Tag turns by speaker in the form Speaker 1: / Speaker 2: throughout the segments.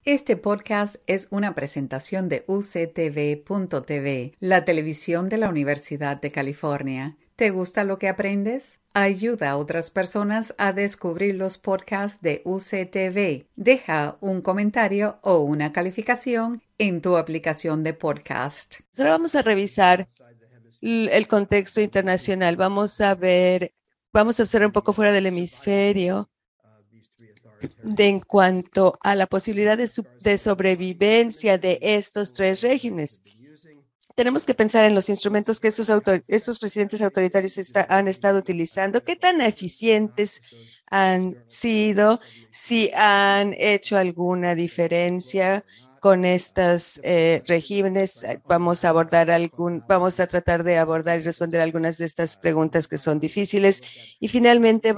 Speaker 1: Este podcast es una presentación de UCTV.tv, la televisión de la Universidad de California. ¿Te gusta lo que aprendes? Ayuda a otras personas a descubrir los podcasts de UCTV. Deja un comentario o una calificación en tu aplicación de podcast.
Speaker 2: Ahora vamos a revisar el contexto internacional. Vamos a observar un poco fuera del hemisferio en cuanto a la posibilidad de sobrevivencia de estos tres regímenes. Tenemos que pensar en los instrumentos que estos presidentes autoritarios han estado utilizando, qué tan eficientes han sido, si han hecho alguna diferencia con estos regímenes. Vamos a tratar de abordar y responder algunas de estas preguntas que son difíciles. Y finalmente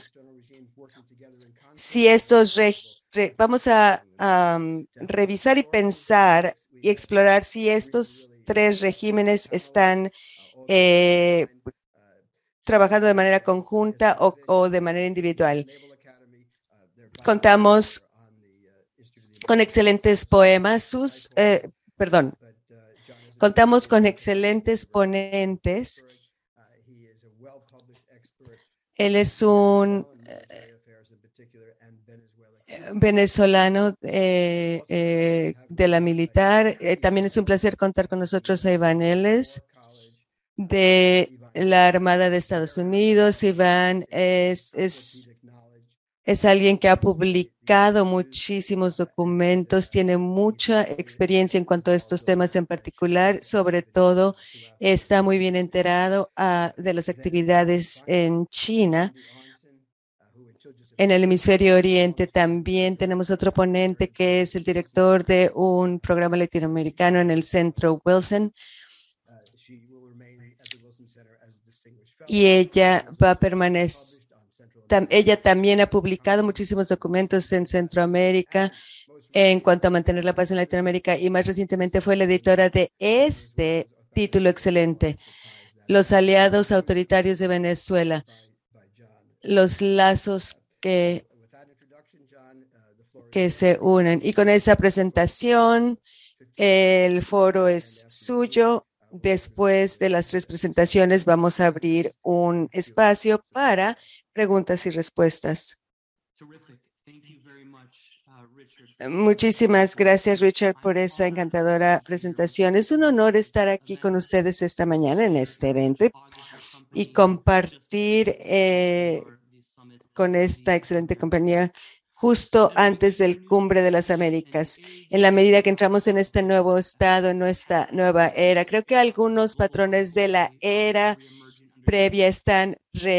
Speaker 2: vamos a revisar y pensar y explorar si estos tres regímenes están trabajando de manera conjunta o de manera individual. Contamos con excelentes contamos con excelentes ponentes. Él es un venezolano de la militar. También es un placer contar con nosotros a Iván Ellis de la Armada de Estados Unidos. Iván es alguien que ha publicado muchísimos documentos, tiene mucha experiencia en cuanto a estos temas en particular, sobre todo está muy bien enterado de las actividades en China. En el hemisferio oriente también tenemos otro ponente que es el director de un programa latinoamericano en el Centro Wilson. Y ella va a permanecer. Ella también ha publicado muchísimos documentos en Centroamérica en cuanto a mantener la paz en Latinoamérica y más recientemente fue la editora de este título excelente, Los aliados autoritarios de Venezuela, los lazos que se unen. Y con esa presentación, el foro es suyo. Después de las tres presentaciones, vamos a abrir un espacio para preguntas y respuestas. Muchísimas gracias, Richard, por esa encantadora presentación. Es un honor estar aquí con ustedes esta mañana en este evento y compartir con esta excelente compañía justo antes del Cumbre de las Américas. En la medida que entramos en este nuevo estado, en nuestra nueva era, creo que algunos patrones de la era previa están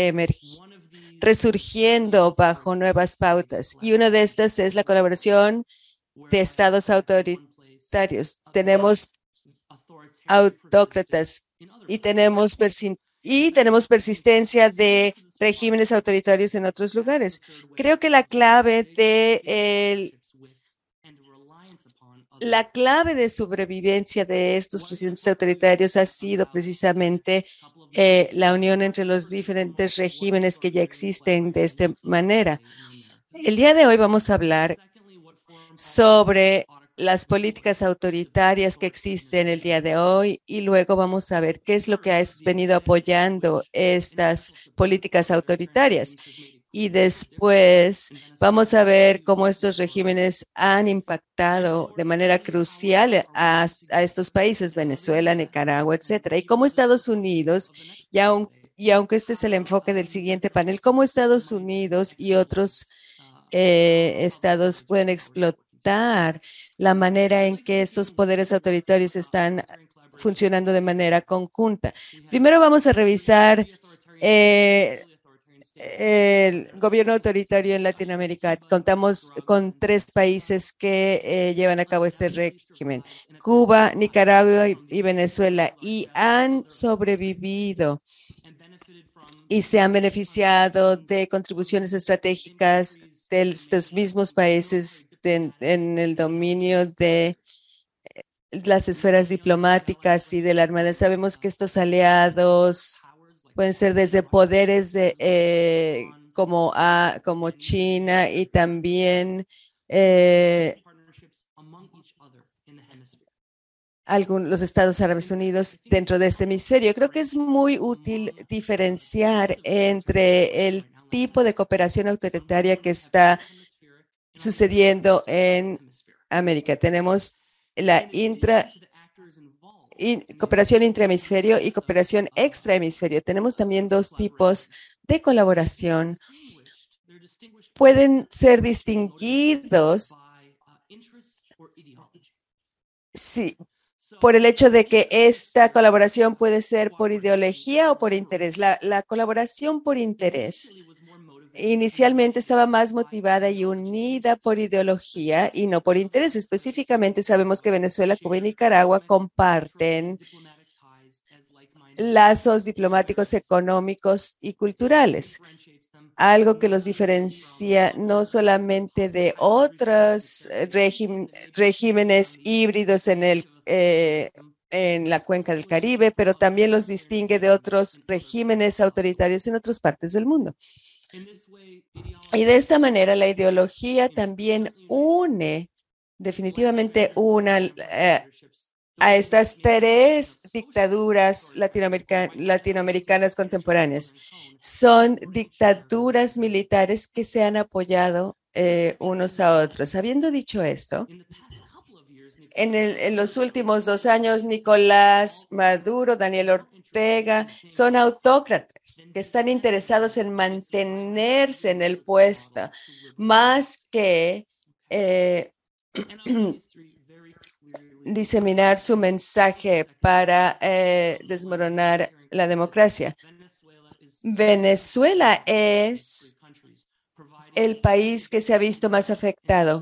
Speaker 2: resurgiendo bajo nuevas pautas. Y una de estas es la colaboración de estados autoritarios. Tenemos autócratas y tenemos persistencia de regímenes autoritarios en otros lugares. Creo que la clave de sobrevivencia de estos presidentes autoritarios ha sido precisamente la unión entre los diferentes regímenes que ya existen de esta manera. El día de hoy vamos a hablar sobre las políticas autoritarias que existen el día de hoy y luego vamos a ver qué es lo que ha venido apoyando estas políticas autoritarias. Y después vamos a ver cómo estos regímenes han impactado de manera crucial a estos países, Venezuela, Nicaragua, etcétera, y cómo Estados Unidos, y aunque este es el enfoque del siguiente panel, cómo Estados Unidos y otros estados pueden explotar la manera en que estos poderes autoritarios están funcionando de manera conjunta. Primero vamos a revisar el gobierno autoritario en Latinoamérica. Contamos con tres países que llevan a cabo este régimen: Cuba, Nicaragua y Venezuela, y han sobrevivido y se han beneficiado de contribuciones estratégicas de estos mismos países en el dominio de las esferas diplomáticas y de la Armada. Sabemos que estos aliados pueden ser desde poderes como China y también los Estados Árabes Unidos dentro de este hemisferio. Creo que es muy útil diferenciar entre el tipo de cooperación autoritaria que está sucediendo en América. Tenemos la cooperación intrahemisferio y cooperación extrahemisferio. Tenemos también dos tipos de colaboración. Pueden ser distinguidos por el hecho de que esta colaboración puede ser por ideología o por interés. La colaboración por interés inicialmente estaba más motivada y unida por ideología y no por interés. Específicamente sabemos que Venezuela, Cuba y Nicaragua comparten lazos diplomáticos, económicos y culturales, algo que los diferencia no solamente de otros regímenes híbridos en la cuenca del Caribe, pero también los distingue de otros regímenes autoritarios en otras partes del mundo. Y de esta manera la ideología también definitivamente une a estas tres dictaduras latinoamericanas contemporáneas. Son dictaduras militares que se han apoyado unos a otros. Habiendo dicho esto, en los últimos 2 años, Nicolás Maduro, Daniel Ortega, son autócratas que están interesados en mantenerse en el puesto, más que diseminar su mensaje para desmoronar la democracia. Venezuela es el país que se ha visto más afectado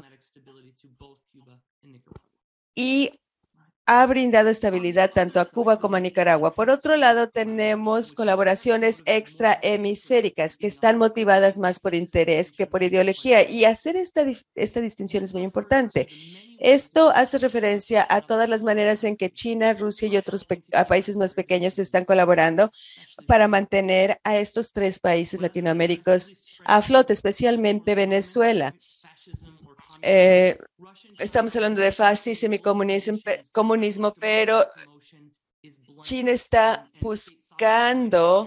Speaker 2: y ha brindado estabilidad tanto a Cuba como a Nicaragua. Por otro lado, tenemos colaboraciones extrahemisféricas que están motivadas más por interés que por ideología. Y hacer esta distinción es muy importante. Esto hace referencia a todas las maneras en que China, Rusia y otros países más pequeños están colaborando para mantener a estos 3 países latinoamericanos a flote, especialmente Venezuela. Estamos hablando de fascismo y comunismo, pero China está buscando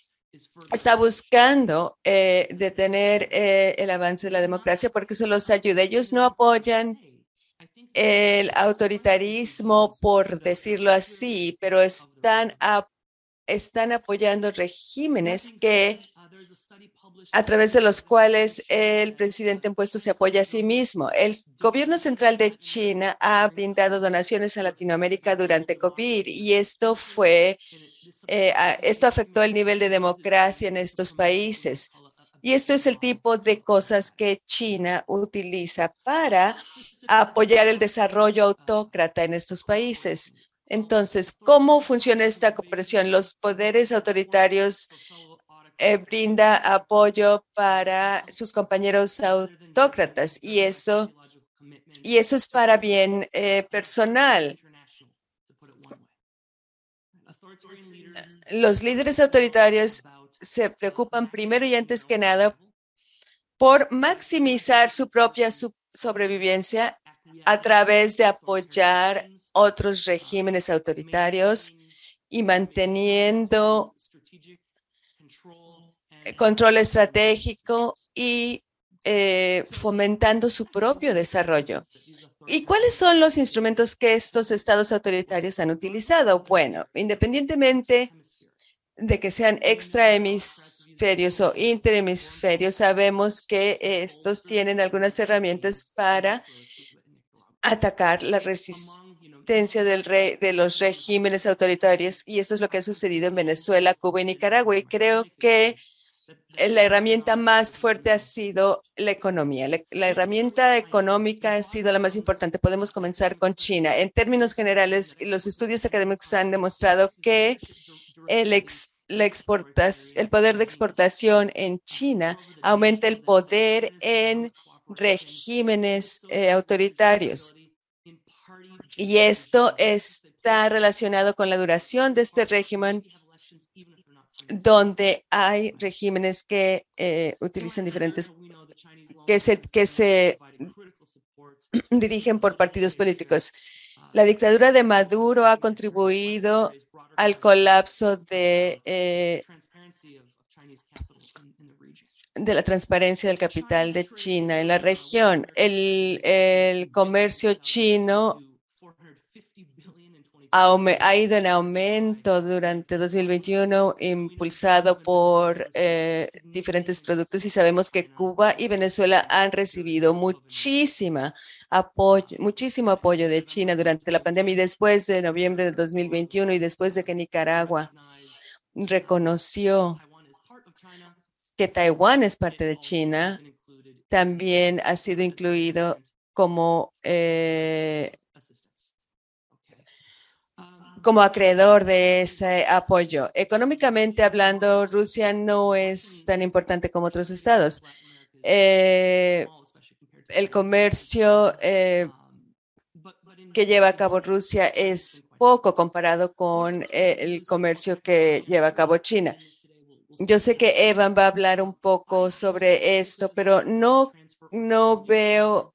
Speaker 2: detener el avance de la democracia porque eso los ayuda. Ellos no apoyan el autoritarismo, por decirlo así, pero están apoyando regímenes a través de los cuales el presidente en puesto se apoya a sí mismo. El gobierno central de China ha brindado donaciones a Latinoamérica durante COVID y esto afectó el nivel de democracia en estos países. Y esto es el tipo de cosas que China utiliza para apoyar el desarrollo autócrata en estos países. Entonces, ¿cómo funciona esta cooperación? Los poderes autoritarios brinda apoyo para sus compañeros autócratas y eso es para bien personal. Los líderes autoritarios se preocupan primero y antes que nada por maximizar su propia sobrevivencia a través de apoyar otros regímenes autoritarios y manteniendo control estratégico y fomentando su propio desarrollo. ¿Y cuáles son los instrumentos que estos estados autoritarios han utilizado? Bueno, independientemente de que sean extrahemisferios o interhemisferios, sabemos que estos tienen algunas herramientas para atacar la resistencia de los regímenes autoritarios, y eso es lo que ha sucedido en Venezuela, Cuba y Nicaragua. Y creo que la herramienta más fuerte ha sido la economía. La herramienta económica ha sido la más importante. Podemos comenzar con China. En términos generales, los estudios académicos han demostrado que el poder de exportación en China aumenta el poder en regímenes autoritarios. Y esto está relacionado con la duración de este régimen, donde hay regímenes que utilizan diferentes, que se dirigen por partidos políticos. La dictadura de Maduro ha contribuido al colapso de la transparencia del capital de China en la región. El comercio chino ha ido en aumento durante 2021, impulsado por diferentes productos, y sabemos que Cuba y Venezuela han recibido muchísimo apoyo de China durante la pandemia y después de noviembre de 2021 y después de que Nicaragua reconoció que Taiwán es parte de China, también ha sido incluido como acreedor de ese apoyo. Económicamente hablando, Rusia no es tan importante como otros estados. El comercio que lleva a cabo Rusia es poco comparado con el comercio que lleva a cabo China. Yo sé que Evan va a hablar un poco sobre esto, pero no veo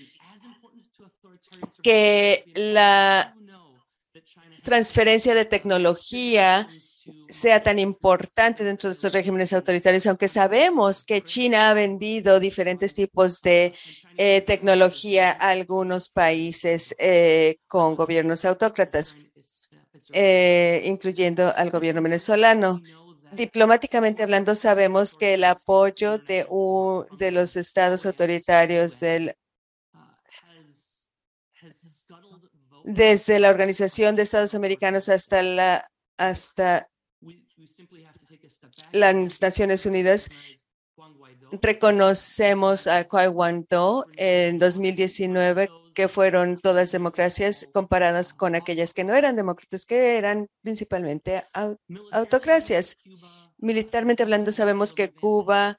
Speaker 2: que la transferencia de tecnología sea tan importante dentro de estos regímenes autoritarios, aunque sabemos que China ha vendido diferentes tipos de tecnología a algunos países con gobiernos autócratas, incluyendo al gobierno venezolano. Diplomáticamente hablando, sabemos que el apoyo de los estados autoritarios desde la Organización de Estados Americanos hasta las Naciones Unidas, reconocemos a Guaidó en 2019, que fueron todas democracias comparadas con aquellas que no eran demócratas, que eran principalmente autocracias. Militarmente hablando, sabemos que Cuba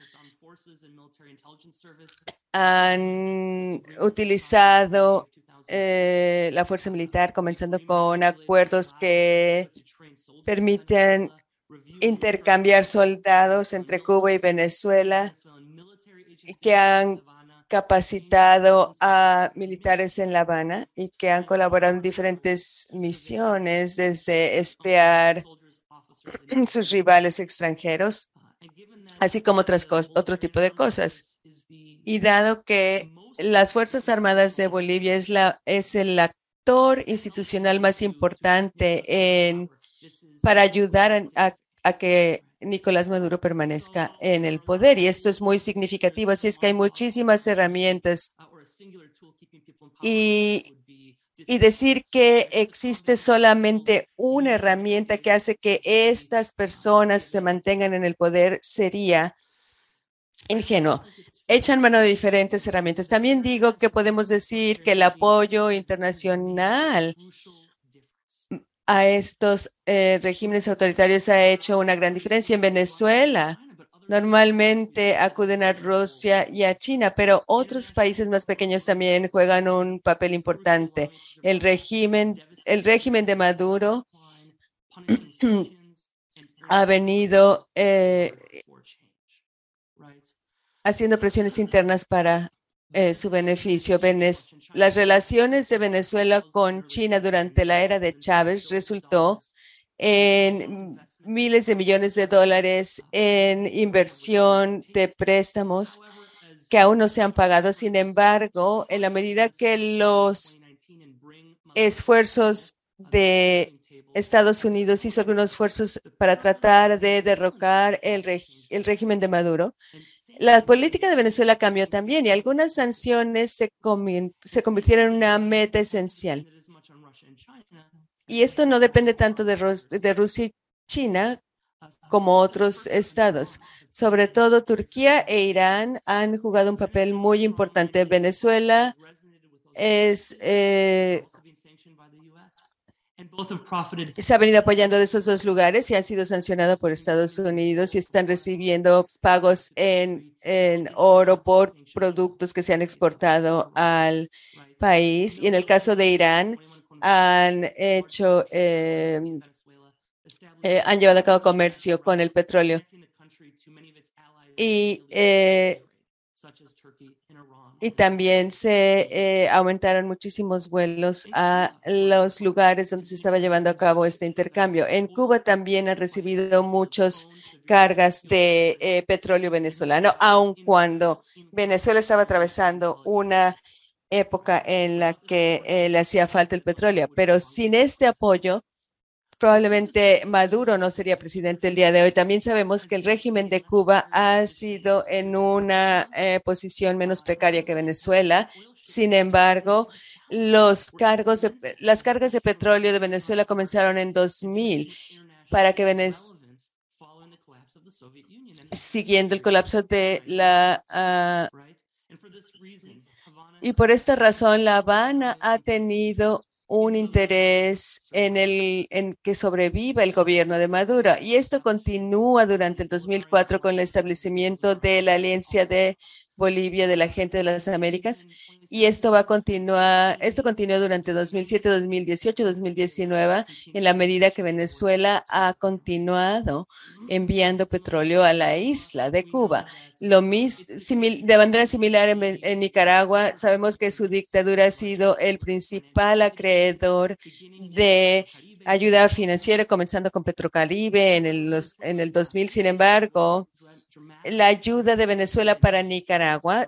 Speaker 2: han utilizado la fuerza militar, comenzando con acuerdos que permiten intercambiar soldados entre Cuba y Venezuela, que han capacitado a militares en La Habana y que han colaborado en diferentes misiones, desde espiar sus rivales extranjeros, así como otro tipo de cosas. Y dado que las Fuerzas Armadas de Bolivia es el actor institucional más importante para ayudar a que Nicolás Maduro permanezca en el poder. Y esto es muy significativo. Así es que hay muchísimas herramientas. Y decir que existe solamente una herramienta que hace que estas personas se mantengan en el poder sería ingenuo. Echan mano de diferentes herramientas. También digo que podemos decir que el apoyo internacional a estos regímenes autoritarios ha hecho una gran diferencia. En Venezuela, normalmente acuden a Rusia y a China, pero otros países más pequeños también juegan un papel importante. El régimen de Maduro ha venido haciendo presiones internas para su beneficio. Las relaciones de Venezuela con China durante la era de Chávez resultó en miles de millones de dólares en inversión de préstamos que aún no se han pagado. Sin embargo, en la medida que los esfuerzos de Estados Unidos hizo algunos esfuerzos para tratar de derrocar el régimen de Maduro, la política de Venezuela cambió también y algunas sanciones se convirtieron en una meta esencial. Y esto no depende tanto de Rusia y China como otros estados. Sobre todo Turquía e Irán han jugado un papel muy importante. Venezuela se ha venido apoyando de esos dos lugares y ha sido sancionado por Estados Unidos y están recibiendo pagos en oro por productos que se han exportado al país. Y en el caso de Irán, han llevado a cabo comercio con el petróleo. Y y también se aumentaron muchísimos vuelos a los lugares donde se estaba llevando a cabo este intercambio. En Cuba también ha recibido muchas cargas de petróleo venezolano, aun cuando Venezuela estaba atravesando una época en la que le hacía falta el petróleo. Pero sin este apoyo, probablemente Maduro no sería presidente el día de hoy. También sabemos que el régimen de Cuba ha sido en una posición menos precaria que Venezuela. Sin embargo, las cargas de petróleo de Venezuela comenzaron en 2000 para que Venezuela, siguiendo el colapso de la... y por esta razón, La Habana ha tenido un interés en que sobreviva el gobierno de Maduro. Y esto continúa durante el 2004 con el establecimiento de la Alianza de Bolivia de la Gente de las Américas. Y esto va a continuar, esto continuó durante 2007, 2018, 2019, en la medida que Venezuela ha continuado enviando petróleo a la isla de Cuba. Lo mismo, de manera similar en Nicaragua, sabemos que su dictadura ha sido el principal acreedor de ayuda financiera, comenzando con Petrocaribe en el 2000. Sin embargo, la ayuda de Venezuela para Nicaragua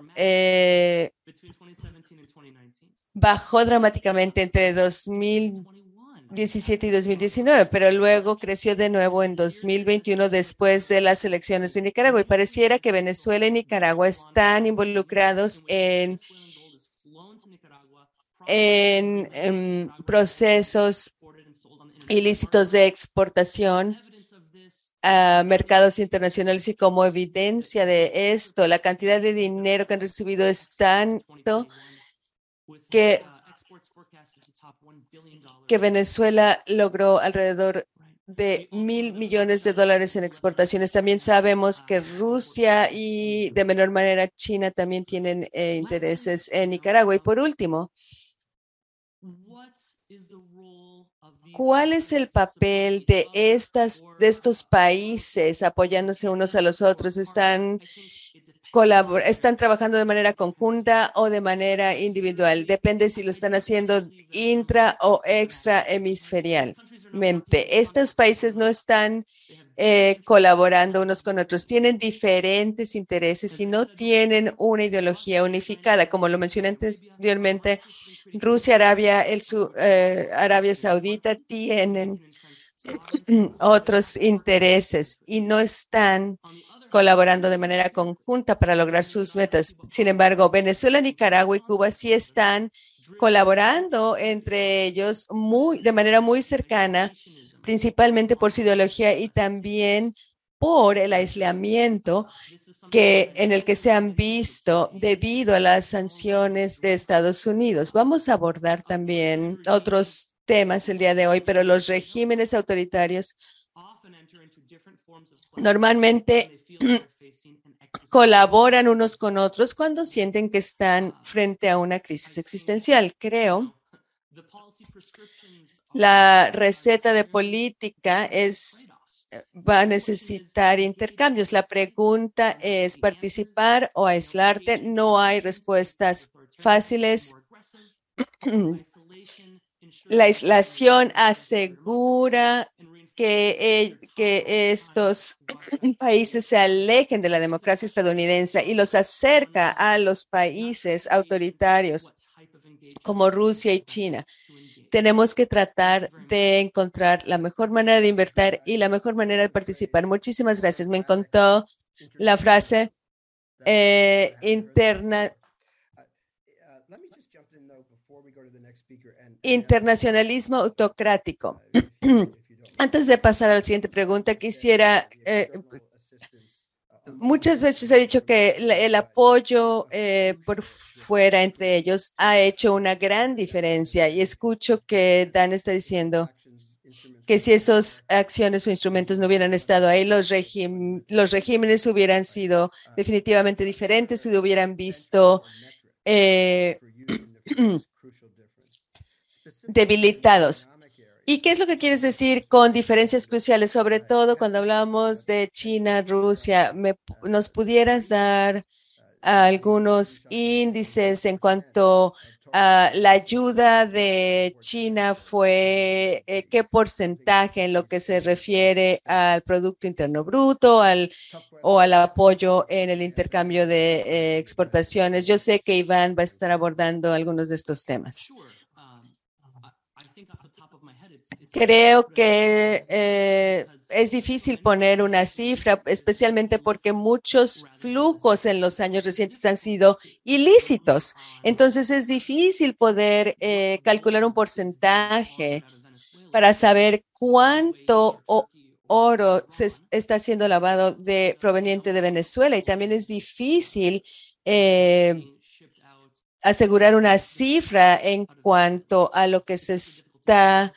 Speaker 2: bajó dramáticamente entre 2017 y 2019, pero luego creció de nuevo en 2021 después de las elecciones de Nicaragua. Y pareciera que Venezuela y Nicaragua están involucrados en procesos ilícitos de exportación a mercados internacionales, y como evidencia de esto, la cantidad de dinero que han recibido es tanto que Venezuela logró alrededor de $1.000 millones en exportaciones. También sabemos que Rusia y de menor manera China también tienen intereses en Nicaragua. Y por último, ¿cuál es el papel de estos países apoyándose unos a los otros? ¿Están trabajando de manera conjunta o de manera individual? Depende si lo están haciendo intra o extra hemisferialmente. Estos países no están colaborando unos con otros, tienen diferentes intereses y no tienen una ideología unificada. Como lo mencioné anteriormente, Rusia, Arabia Saudita tienen otros intereses y no están colaborando de manera conjunta para lograr sus metas. Sin embargo, Venezuela, Nicaragua y Cuba sí están colaborando entre ellos de manera muy cercana, principalmente por su ideología y también por el aislamiento en el que se han visto debido a las sanciones de Estados Unidos. Vamos a abordar también otros temas el día de hoy, pero los regímenes autoritarios normalmente colaboran unos con otros cuando sienten que están frente a una crisis existencial. Creo la receta de política va a necesitar intercambios. La pregunta es participar o aislarte. No hay respuestas fáciles. La aislación asegura que estos países se alejen de la democracia estadounidense y los acerca a los países autoritarios como Rusia y China. Tenemos que tratar de encontrar la mejor manera de invertir y la mejor manera de participar. Muchísimas gracias. Me encantó la frase internacionalismo autocrático. Antes de pasar a la siguiente pregunta, quisiera, muchas veces he dicho que el apoyo por fuera entre ellos ha hecho una gran diferencia, y escucho que Dan está diciendo que si esas acciones o instrumentos no hubieran estado ahí, los regímenes hubieran sido definitivamente diferentes y hubieran visto debilitados. ¿Y qué es lo que quieres decir con diferencias cruciales? Sobre todo cuando hablamos de China, Rusia, ¿nos pudieras dar algunos índices en cuanto a la ayuda de China fue qué porcentaje en lo que se refiere al Producto Interno Bruto o al apoyo en el intercambio de exportaciones. Yo sé que Iván va a estar abordando algunos de estos temas. Creo que es difícil poner una cifra, especialmente porque muchos flujos en los años recientes han sido ilícitos. Entonces es difícil poder calcular un porcentaje para saber cuánto oro se está siendo lavado proveniente de Venezuela. Y también es difícil asegurar una cifra en cuanto a lo que se está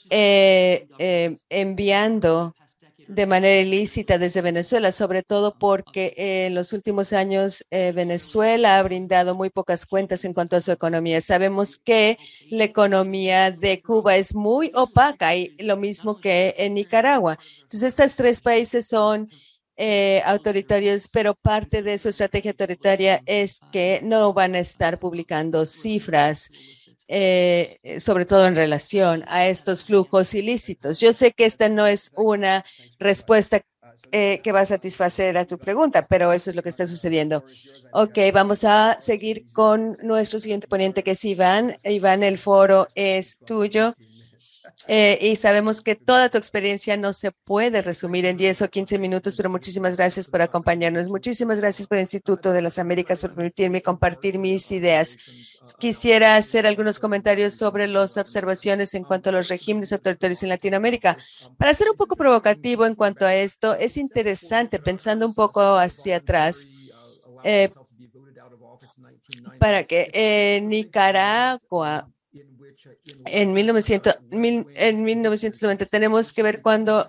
Speaker 2: enviando de manera ilícita desde Venezuela, sobre todo porque en los últimos años Venezuela ha brindado muy pocas cuentas en cuanto a su economía. Sabemos que la economía de Cuba es muy opaca y lo mismo que en Nicaragua. Entonces, estos tres países son autoritarios, pero parte de su estrategia autoritaria es que no van a estar publicando cifras sobre todo en relación a estos flujos ilícitos. Yo sé que esta no es una respuesta que va a satisfacer a tu pregunta, pero eso es lo que está sucediendo. Ok, vamos a seguir con nuestro siguiente ponente, que es Iván. Iván, el foro es tuyo. Y sabemos que toda tu experiencia no se puede resumir en 10 o 15 minutos, pero muchísimas gracias por acompañarnos. Muchísimas gracias por el Instituto de las Américas por permitirme compartir mis ideas. Quisiera hacer algunos comentarios sobre las observaciones en cuanto a los regímenes autoritarios en Latinoamérica. Para ser un poco provocativo en cuanto a esto, es interesante, pensando un poco hacia atrás, para que Nicaragua en 1990 tenemos que ver cuando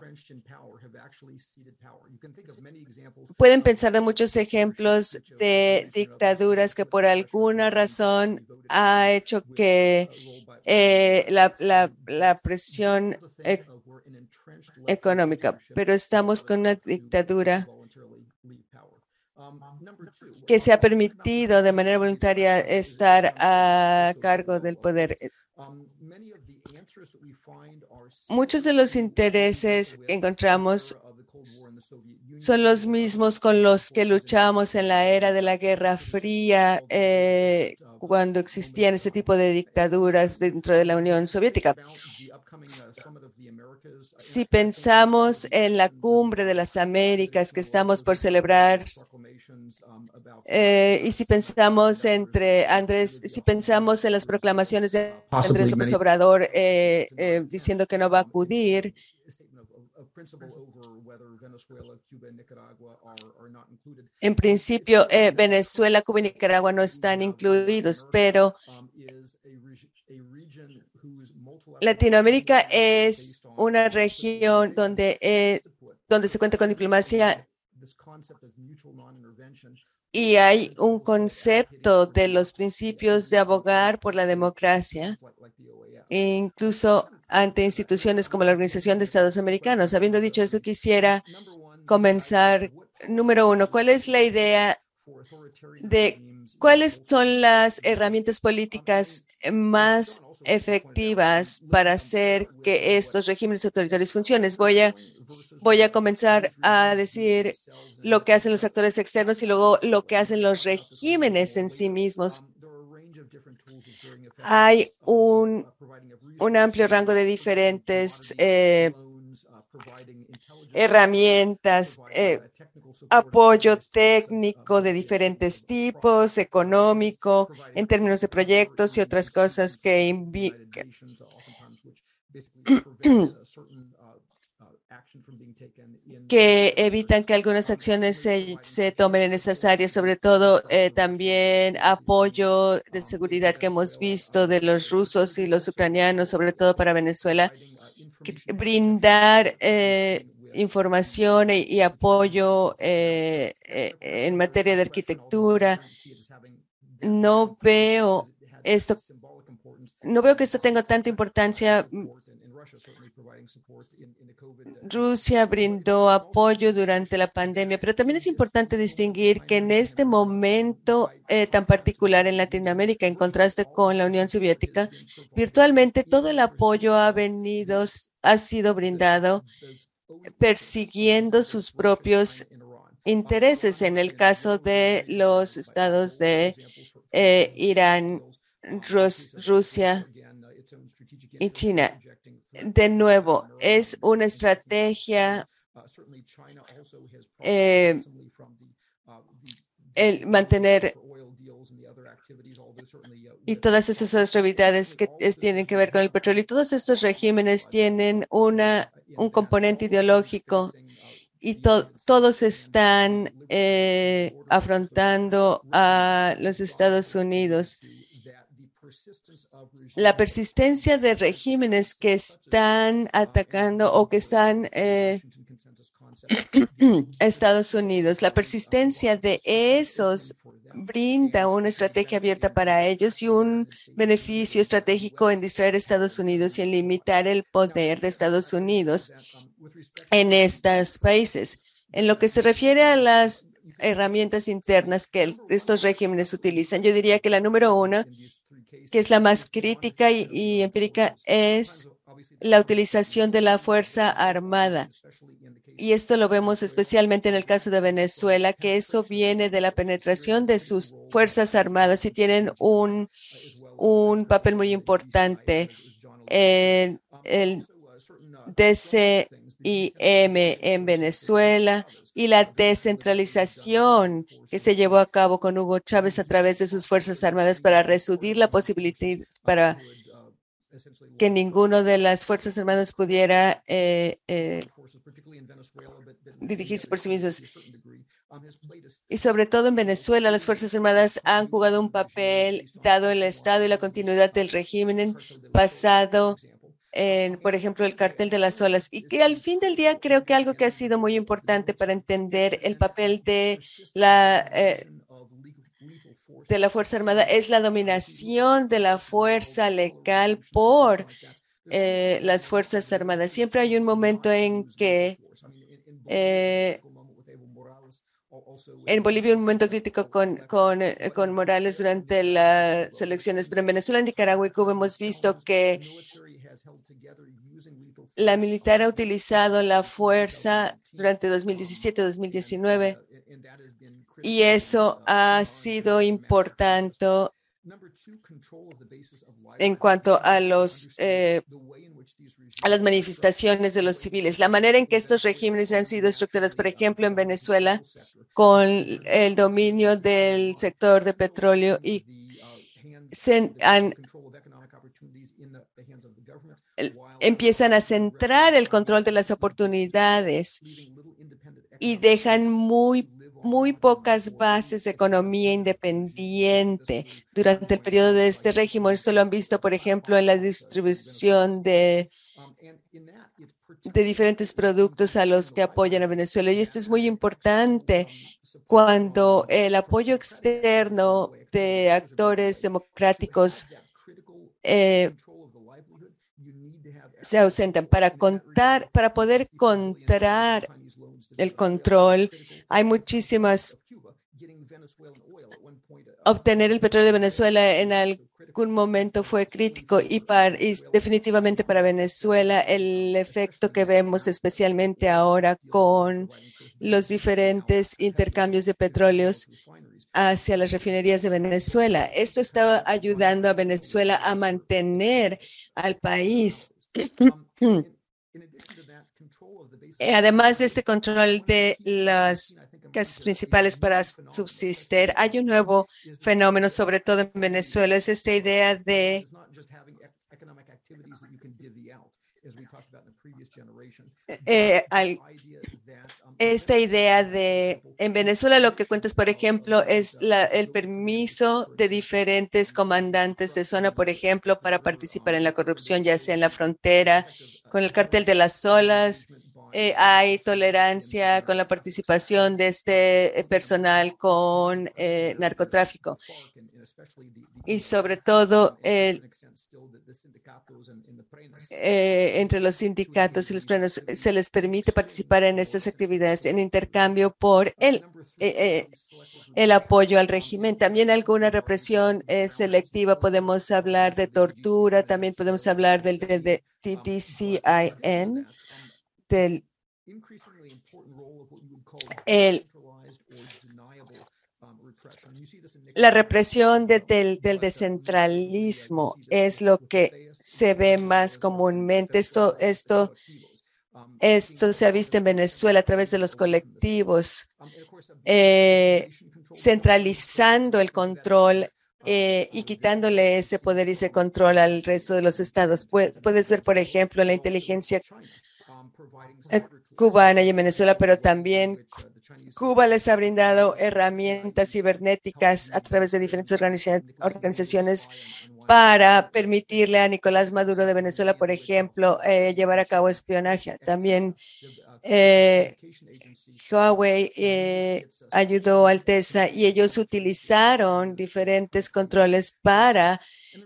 Speaker 2: pueden pensar de muchos ejemplos de dictaduras que por alguna razón ha hecho que la presión económica, pero estamos con una dictadura que se ha permitido de manera voluntaria estar a cargo del poder. Muchos de los intereses que encontramos son los mismos con los que luchamos en la era de la Guerra Fría, cuando existían ese tipo de dictaduras dentro de la Unión Soviética. Si pensamos en la cumbre de las Américas que estamos por celebrar, y si pensamos si pensamos en las proclamaciones de Andrés López Obrador diciendo que no va a acudir, en principio, Venezuela, Cuba y Nicaragua no están incluidos, pero Latinoamérica es una región donde se cuenta con diplomacia y hay un concepto de los principios de abogar por la democracia, incluso ante instituciones como la Organización de Estados Americanos. Habiendo dicho eso, quisiera comenzar. Número uno, ¿cuál es la idea de cuáles son las herramientas políticas más efectivas para hacer que estos regímenes autoritarios funcionen? Voy a comenzar a decir lo que hacen los actores externos y luego lo que hacen los regímenes en sí mismos. Hay un amplio rango de diferentes herramientas, apoyo técnico de diferentes tipos, económico, en términos de proyectos y otras cosas que evitan que algunas acciones se tomen en esas áreas, sobre todo también apoyo de seguridad que hemos visto de los rusos y los ucranianos, sobre todo para Venezuela, brindar información y apoyo en materia de arquitectura. No veo que esto tenga tanta importancia Rusia brindó apoyo durante la pandemia, pero también es importante distinguir que en este momento tan particular en Latinoamérica, en contraste con la Unión Soviética, virtualmente todo el apoyo ha sido brindado persiguiendo sus propios intereses. En el caso de los estados de Irán, Rusia y China. De nuevo, es una estrategia el mantener y todas esas actividades que tienen que ver con el petróleo. Y todos estos regímenes tienen un componente ideológico y todos están afrontando a los Estados Unidos. La persistencia de regímenes que están atacando o que están Estados Unidos, la persistencia de esos brinda una estrategia abierta para ellos y un beneficio estratégico en distraer a Estados Unidos y en limitar el poder de Estados Unidos en estos países. En lo que se refiere a las herramientas internas que estos regímenes utilizan, yo diría que la número uno, que es la más crítica y empírica, es la utilización de la fuerza armada. Y esto lo vemos especialmente en el caso de Venezuela, que eso viene de la penetración de sus fuerzas armadas y tienen un papel muy importante. El DCIM en Venezuela y la descentralización que se llevó a cabo con Hugo Chávez a través de sus fuerzas armadas para reducir la posibilidad para que ninguno de las fuerzas armadas pudiera dirigirse por sí mismos. Y sobre todo en Venezuela, las Fuerzas Armadas han jugado un papel, dado el estado y la continuidad del régimen basado en, por ejemplo, el Cartel de las Olas. Y que al fin del día creo que algo que ha sido muy importante para entender el papel de la Fuerza Armada es la dominación de la fuerza legal por las Fuerzas Armadas. Siempre hay un momento en que en Bolivia un momento crítico con Morales durante las elecciones, pero en Venezuela, Nicaragua y Cuba hemos visto que la militar ha utilizado la fuerza durante 2017-2019 y eso ha sido importante en cuanto a las manifestaciones de los civiles. La manera en que estos regímenes han sido estructurados, por ejemplo, en Venezuela, con el dominio del sector de petróleo y empiezan a centrar el control de las oportunidades y dejan muy pocas bases de economía independiente durante el periodo de este régimen. Esto lo han visto, por ejemplo, en la distribución de diferentes productos a los que apoyan a Venezuela. Y esto es muy importante cuando el apoyo externo de actores democráticos se ausentan. Para poder contar el control, hay muchísimas. Obtener el petróleo de Venezuela en algún momento fue crítico y definitivamente para Venezuela el efecto que vemos especialmente ahora con los diferentes intercambios de petróleos hacia las refinerías de Venezuela. Esto está ayudando a Venezuela a mantener al país. Además de este control de las casas principales para subsistir, hay un nuevo fenómeno, sobre todo en Venezuela, es esta idea de en Venezuela lo que cuentas, por ejemplo, es el permiso de diferentes comandantes de zona, por ejemplo, para participar en la corrupción, ya sea en la frontera, con el Cartel de las Olas. Hay tolerancia con la participación de este personal con narcotráfico. Y sobre todo entre los sindicatos y los plenos se les permite participar en estas actividades en intercambio por el apoyo al régimen. También alguna represión selectiva, podemos hablar de tortura, también podemos hablar del TDCIN, del la represión del descentralismo es lo que se ve más comúnmente. Esto se ha visto en Venezuela a través de los colectivos, centralizando el control y quitándole ese poder y ese control al resto de los estados. Puedes ver, por ejemplo, la inteligencia cubana y en Venezuela, pero también Cuba les ha brindado herramientas cibernéticas a través de diferentes organizaciones para permitirle a Nicolás Maduro de Venezuela, por ejemplo, llevar a cabo espionaje. También Huawei ayudó al TESA y ellos utilizaron diferentes controles para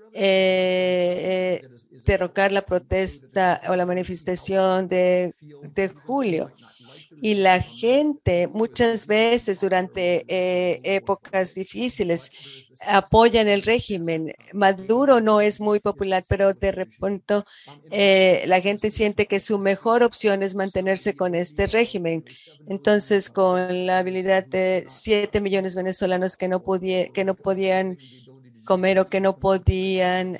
Speaker 2: derrocar la protesta o la manifestación de julio. Y la gente muchas veces durante épocas difíciles apoyan el régimen. Maduro no es muy popular, pero de repente la gente siente que su mejor opción es mantenerse con este régimen. Entonces, con la habilidad de 7 millones de venezolanos que no podían comer o que no podían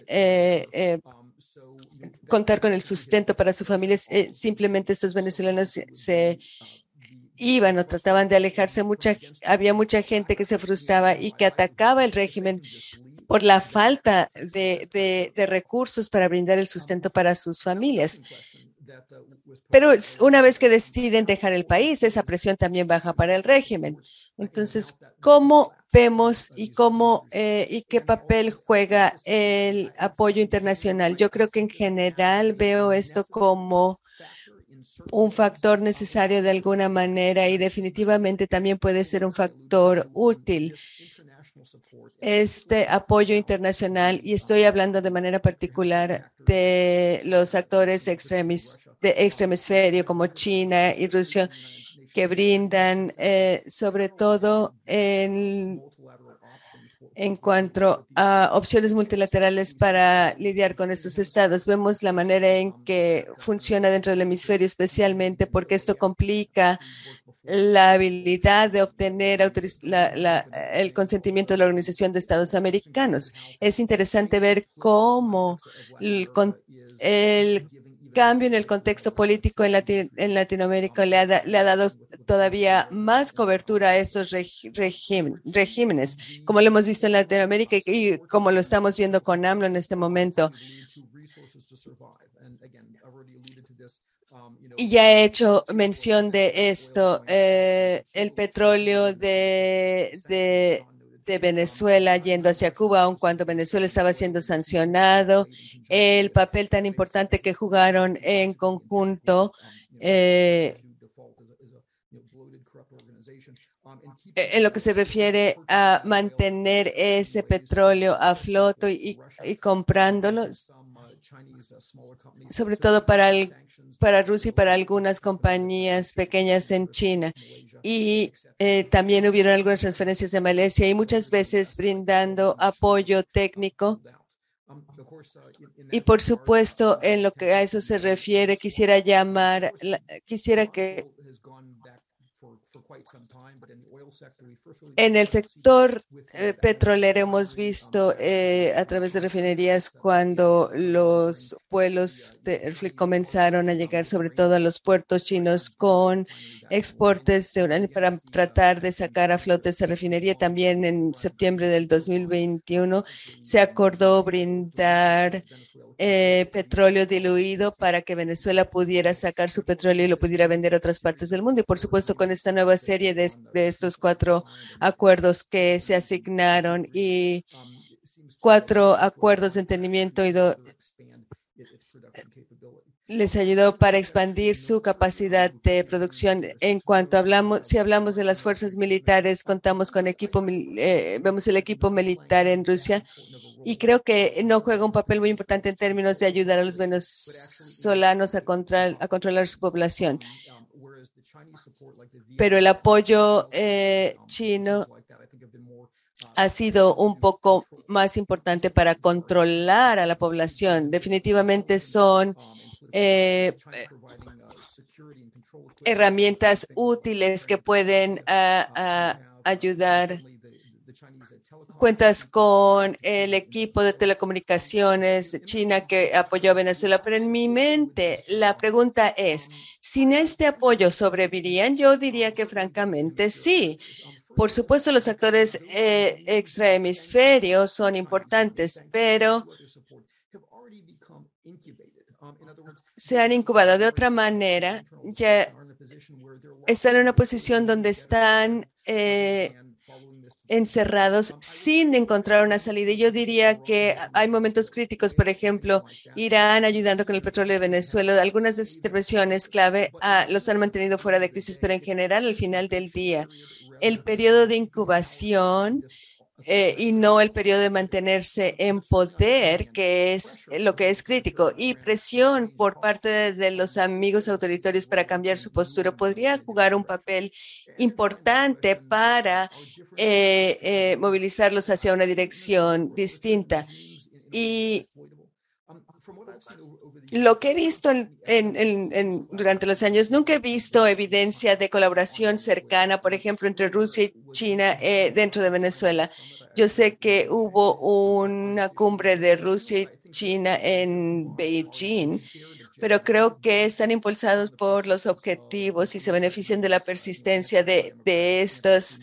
Speaker 2: contar con el sustento para sus familias, simplemente estos venezolanos se iban o trataban de alejarse. Había mucha gente que se frustraba y que atacaba el régimen por la falta de recursos para brindar el sustento para sus familias. Pero una vez que deciden dejar el país, esa presión también baja para el régimen. Entonces, ¿cómo vemos y qué papel juega el apoyo internacional? Yo creo que en general veo esto como un factor necesario de alguna manera y definitivamente también puede ser un factor útil. Este apoyo internacional, y estoy hablando de manera particular de los actores de extremo hemisferio como China y Rusia, que brindan sobre todo en cuanto a opciones multilaterales para lidiar con estos estados. Vemos la manera en que funciona dentro del hemisferio, especialmente porque esto complica la habilidad de obtener el consentimiento de la Organización de Estados Americanos. Es interesante ver cómo el cambio en el contexto político en Latinoamérica le ha dado todavía más cobertura a estos regímenes, como lo hemos visto en Latinoamérica y como lo estamos viendo con AMLO en este momento. Y ya he hecho mención de esto, el petróleo de Venezuela yendo hacia Cuba, aun cuando Venezuela estaba siendo sancionado, el papel tan importante que jugaron en conjunto en lo que se refiere a mantener ese petróleo a flote y comprándolo, sobre todo para Rusia y para algunas compañías pequeñas en China. Y también hubieron algunas transferencias de Malasia y muchas veces brindando apoyo técnico. Y por supuesto, en lo que a eso se refiere, quisiera que en el sector petrolero hemos visto a través de refinerías cuando los vuelos comenzaron a llegar sobre todo a los puertos chinos con exportes de uranio para tratar de sacar a flote esa refinería. También en septiembre del 2021 se acordó brindar petróleo diluido para que Venezuela pudiera sacar su petróleo y lo pudiera vender a otras partes del mundo. Y por supuesto con esta nueva serie de estos 4 acuerdos que se asignaron y 4 acuerdos de entendimiento les ayudó para expandir su capacidad de producción. En cuanto si hablamos de las fuerzas militares, contamos con vemos el equipo militar en Rusia y creo que no juega un papel muy importante en términos de ayudar a los venezolanos a controlar su población. Pero el apoyo chino ha sido un poco más importante para controlar a la población. Definitivamente son herramientas útiles que pueden ayudar. Cuentas con el equipo de telecomunicaciones de China que apoyó a Venezuela, pero en mi mente la pregunta es, ¿sin este apoyo sobrevivirían? Yo diría que francamente sí. Por supuesto, los actores extrahemisferios son importantes, pero se han incubado de otra manera. Ya están en una posición donde están encerrados sin encontrar una salida. Y yo diría que hay momentos críticos, por ejemplo, Irán ayudando con el petróleo de Venezuela. Algunas de sus intervenciones clave los han mantenido fuera de crisis, pero en general, al final del día, el periodo de incubación y no el periodo de mantenerse en poder, que es lo que es crítico, y presión por parte de los amigos autoritorios para cambiar su postura podría jugar un papel importante para movilizarlos hacia una dirección distinta. Y lo que he visto durante los años, nunca he visto evidencia de colaboración cercana, por ejemplo, entre Rusia y China dentro de Venezuela. Yo sé que hubo una cumbre de Rusia y China en Beijing, pero creo que están impulsados por los objetivos y se benefician de la persistencia de estos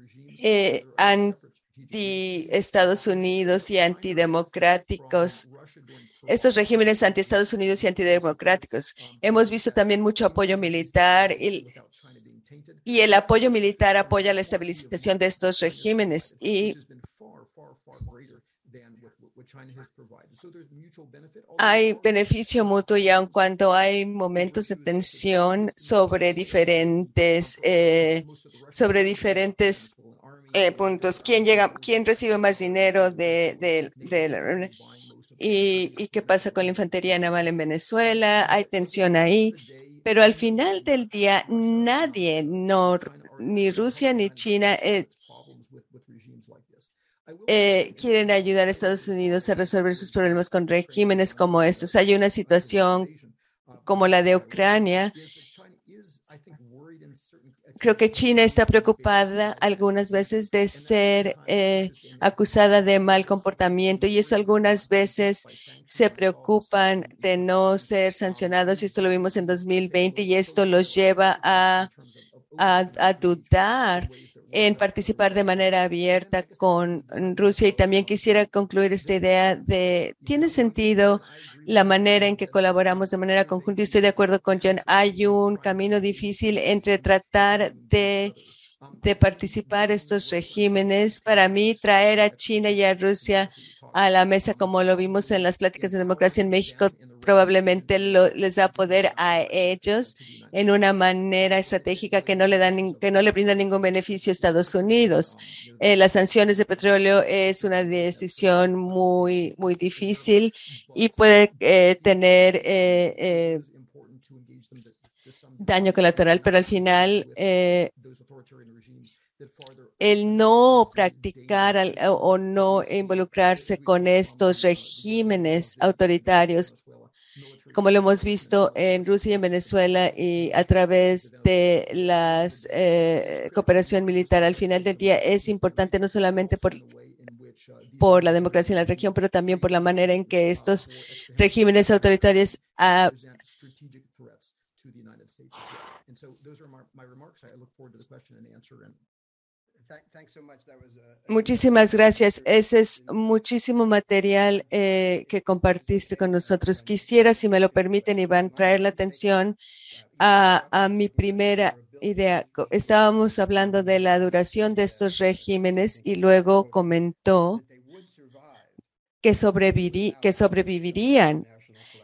Speaker 2: anti-Estados Unidos y antidemocráticos. Estos regímenes anti-Estados Unidos y antidemocráticos. Hemos visto también mucho apoyo militar y el apoyo militar apoya la estabilización de estos regímenes y hay beneficio mutuo y aun cuando hay momentos de tensión sobre diferentes puntos, quién recibe más dinero y qué pasa con la infantería naval en Venezuela, hay tensión ahí, pero al final del día nadie, ni Rusia ni China, quieren ayudar a Estados Unidos a resolver sus problemas con regímenes como estos. Hay una situación como la de Ucrania. Creo que China está preocupada algunas veces de ser acusada de mal comportamiento y eso algunas veces se preocupan de no ser sancionados y esto lo vimos en 2020 y esto los lleva a dudar en participar de manera abierta con Rusia. Y también quisiera concluir esta idea de, ¿tiene sentido la manera en que colaboramos de manera conjunta? Y estoy de acuerdo con John, hay un camino difícil entre tratar de participar estos regímenes. Para mí, traer a China y a Rusia a la mesa, como lo vimos en las pláticas de democracia en México, probablemente les da poder a ellos en una manera estratégica que no le brinda ningún beneficio a Estados Unidos. Las sanciones de petróleo es una decisión muy, muy difícil y puede tener daño colateral, pero al final el no practicar o no involucrarse con estos regímenes autoritarios, como lo hemos visto en Rusia y en Venezuela y a través de la cooperación militar, al final del día es importante no solamente por la democracia en la región, pero también por la manera en que estos regímenes autoritarios Muchísimas gracias. Ese es muchísimo material que compartiste con nosotros. Quisiera, si me lo permiten, Iván, traer la atención a mi primera idea. Estábamos hablando de la duración de estos regímenes y luego comentó que sobrevivirían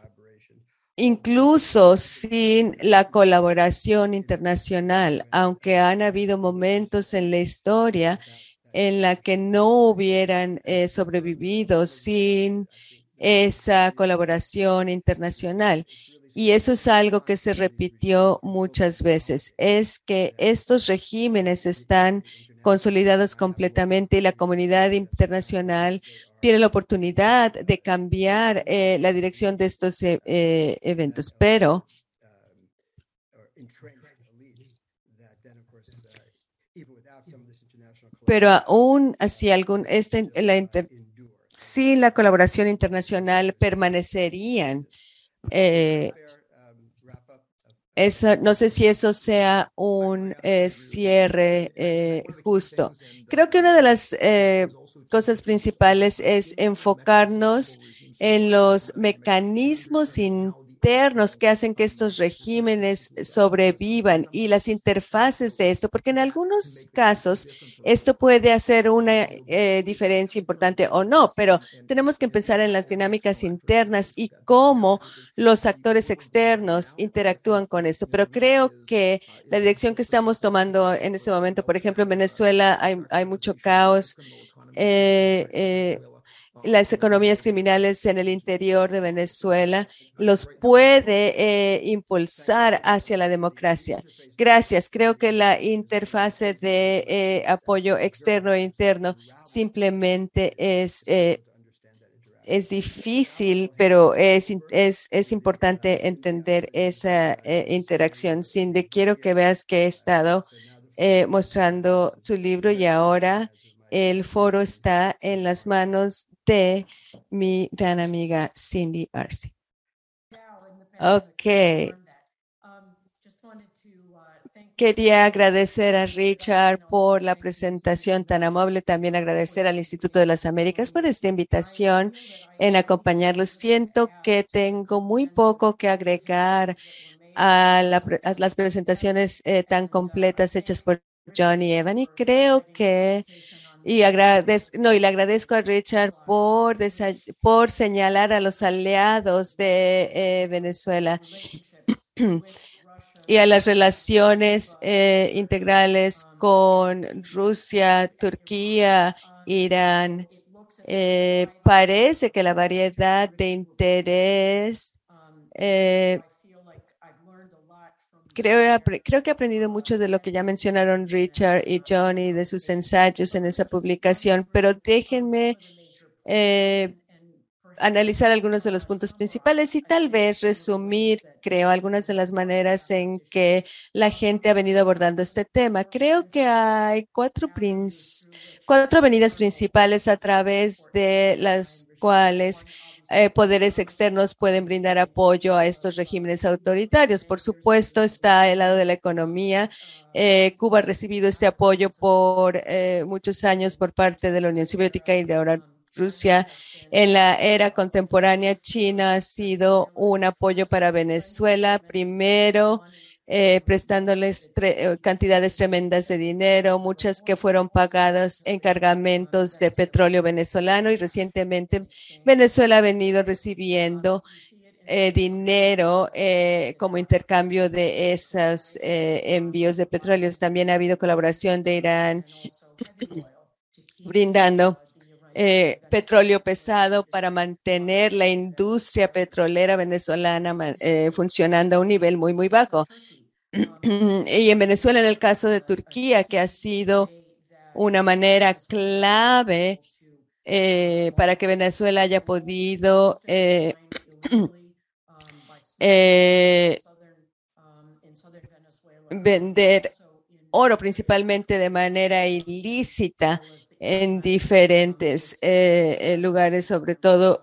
Speaker 2: incluso sin la colaboración internacional, aunque han habido momentos en la historia en la que no hubieran sobrevivido sin esa colaboración internacional. Y eso es algo que se repitió muchas veces, es que estos regímenes están consolidados completamente y la comunidad internacional tiene la oportunidad de cambiar la dirección de estos eventos, pero aún así sin la colaboración internacional permanecerían. No sé si eso sea un cierre justo. Creo que una de las cosas principales es enfocarnos en los mecanismos internos que hacen que estos regímenes sobrevivan y las interfaces de esto, porque en algunos casos esto puede hacer una diferencia importante o no, pero tenemos que empezar en las dinámicas internas y cómo los actores externos interactúan con esto. Pero creo que la dirección que estamos tomando en este momento, por ejemplo, en Venezuela hay mucho caos. Las economías criminales en el interior de Venezuela los puede impulsar hacia la democracia. Gracias. Creo que la interfase de apoyo externo e interno simplemente es difícil, pero es importante entender esa interacción. Cindy, quiero que veas que he estado mostrando tu libro y ahora el foro está en las manos de mi gran amiga Cindy Arce. Ok. Quería agradecer a Richard por la presentación tan amable, también agradecer al Instituto de las Américas por esta invitación en acompañarlos. Siento que tengo muy poco que agregar a las presentaciones tan completas hechas por John y Evan y creo que y le agradezco a Richard por señalar a los aliados de Venezuela y a las relaciones integrales con Rusia, Turquía, Irán. Parece que la variedad de interés, creo que he aprendido mucho de lo que ya mencionaron Richard y Johnny, de sus ensayos en esa publicación, pero déjenme analizar algunos de los puntos principales y tal vez resumir, creo, algunas de las maneras en que la gente ha venido abordando este tema. Creo que hay cuatro avenidas principales a través de las cuales poderes externos pueden brindar apoyo a estos regímenes autoritarios. Por supuesto, está el lado de la economía. Cuba ha recibido este apoyo por muchos años por parte de la Unión Soviética y de ahora Rusia. En la era contemporánea, China ha sido un apoyo para Venezuela, primero prestándoles cantidades tremendas de dinero, muchas que fueron pagadas en cargamentos de petróleo venezolano y recientemente Venezuela ha venido recibiendo dinero como intercambio de esos envíos de petróleo. También ha habido colaboración de Irán brindando petróleo pesado para mantener la industria petrolera venezolana funcionando a un nivel muy, muy bajo. Y en Venezuela, en el caso de Turquía, que ha sido una manera clave para que Venezuela haya podido vender oro principalmente de manera ilícita en diferentes lugares, sobre todo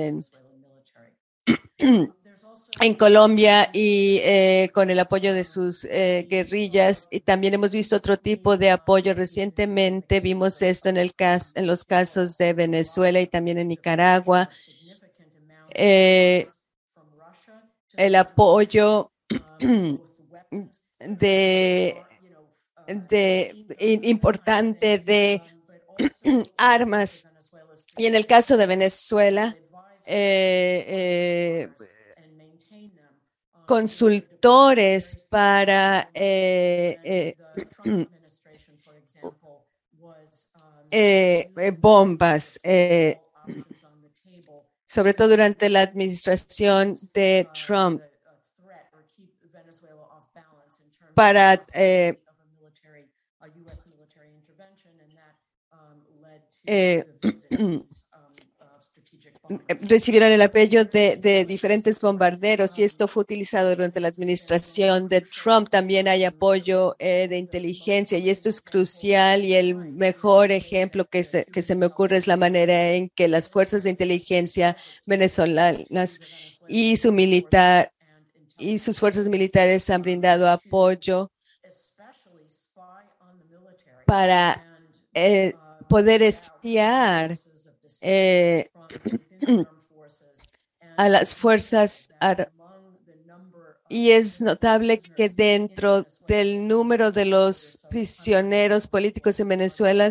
Speaker 2: en Colombia y con el apoyo de sus guerrillas. Y también hemos visto otro tipo de apoyo. Recientemente vimos esto en los casos de Venezuela y también en Nicaragua. El apoyo importante de armas. Y en el caso de Venezuela, consultores para bombas, sobre todo durante la administración de Trump, para recibieron el apoyo de diferentes bombarderos y esto fue utilizado durante la administración de Trump. También hay apoyo de inteligencia y esto es crucial y el mejor ejemplo que se me ocurre es la manera en que las fuerzas de inteligencia venezolanas y sus fuerzas militares han brindado apoyo para poder espiar a las fuerzas y es notable que dentro del número de los prisioneros políticos en Venezuela,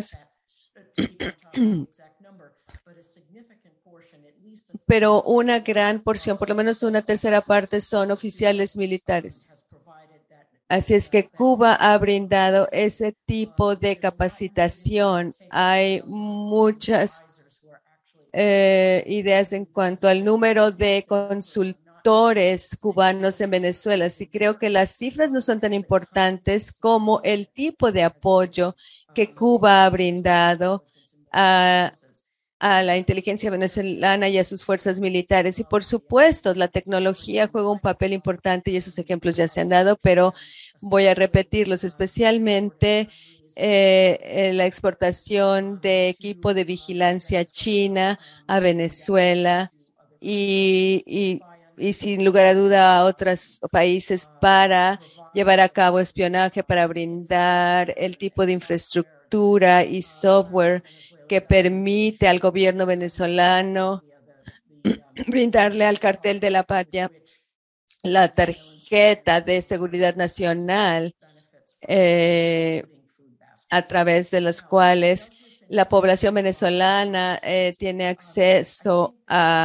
Speaker 2: pero una gran porción, por lo menos una tercera parte, son oficiales militares. Así es que Cuba ha brindado ese tipo de capacitación. Hay muchas ideas en cuanto al número de consultores cubanos en Venezuela. Sí, creo que las cifras no son tan importantes como el tipo de apoyo que Cuba ha brindado a la inteligencia venezolana y a sus fuerzas militares. Y por supuesto, la tecnología juega un papel importante y esos ejemplos ya se han dado, pero voy a repetirlos, especialmente la exportación de equipo de vigilancia china a Venezuela y sin lugar a duda a otros países para llevar a cabo espionaje, para brindar el tipo de infraestructura y software que permite al gobierno venezolano brindarle al cartel de la patria la tarjeta de seguridad nacional a través de los cuales la población venezolana tiene acceso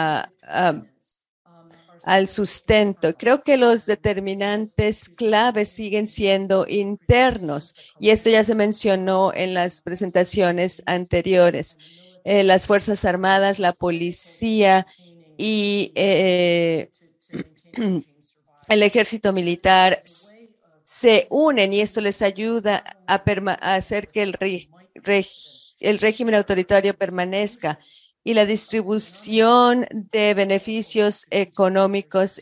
Speaker 2: al sustento. Creo que los determinantes claves siguen siendo internos y esto ya se mencionó en las presentaciones anteriores. Las Fuerzas Armadas, la policía y el ejército militar se unen y esto les ayuda a hacer que el régimen autoritario permanezca y la distribución de beneficios económicos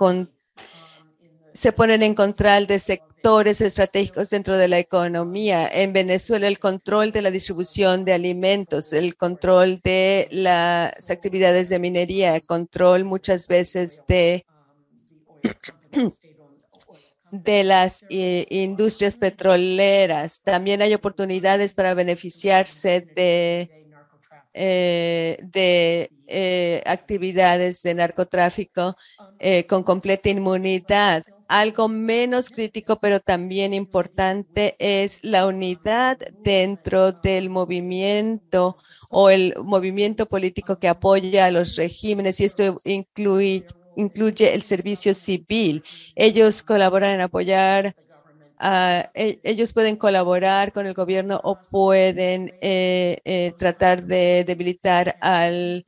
Speaker 2: se ponen en control de sectores estratégicos dentro de la economía. En Venezuela, el control de la distribución de alimentos, el control de las actividades de minería, el control muchas veces de las industrias petroleras. También hay oportunidades para beneficiarse de actividades de narcotráfico con completa inmunidad. Algo menos crítico, pero también importante, es la unidad dentro del movimiento o el movimiento político que apoya a los regímenes, y esto incluye el servicio civil. Ellos colaboran en apoyar, ellos pueden colaborar con el gobierno o pueden tratar de debilitar al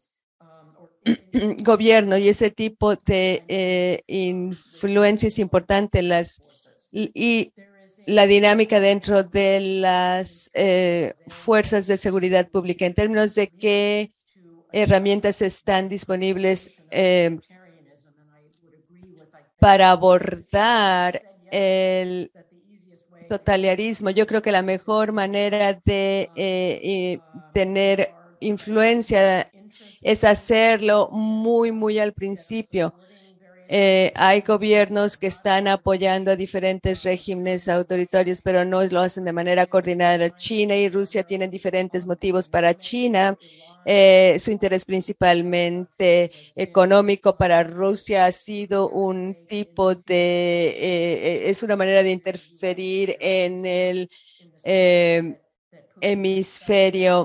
Speaker 2: gobierno, y ese tipo de influencia es importante y la dinámica dentro de las fuerzas de seguridad pública en términos de qué herramientas están disponibles para abordar el totalitarismo. Yo creo que la mejor manera de tener influencia es hacerlo muy al principio. Hay gobiernos que están apoyando a diferentes regímenes autoritarios, pero no lo hacen de manera coordinada. China y Rusia tienen diferentes motivos. Para China, su interés principalmente económico. Para Rusia ha sido un tipo de, es una manera de interferir en el hemisferio,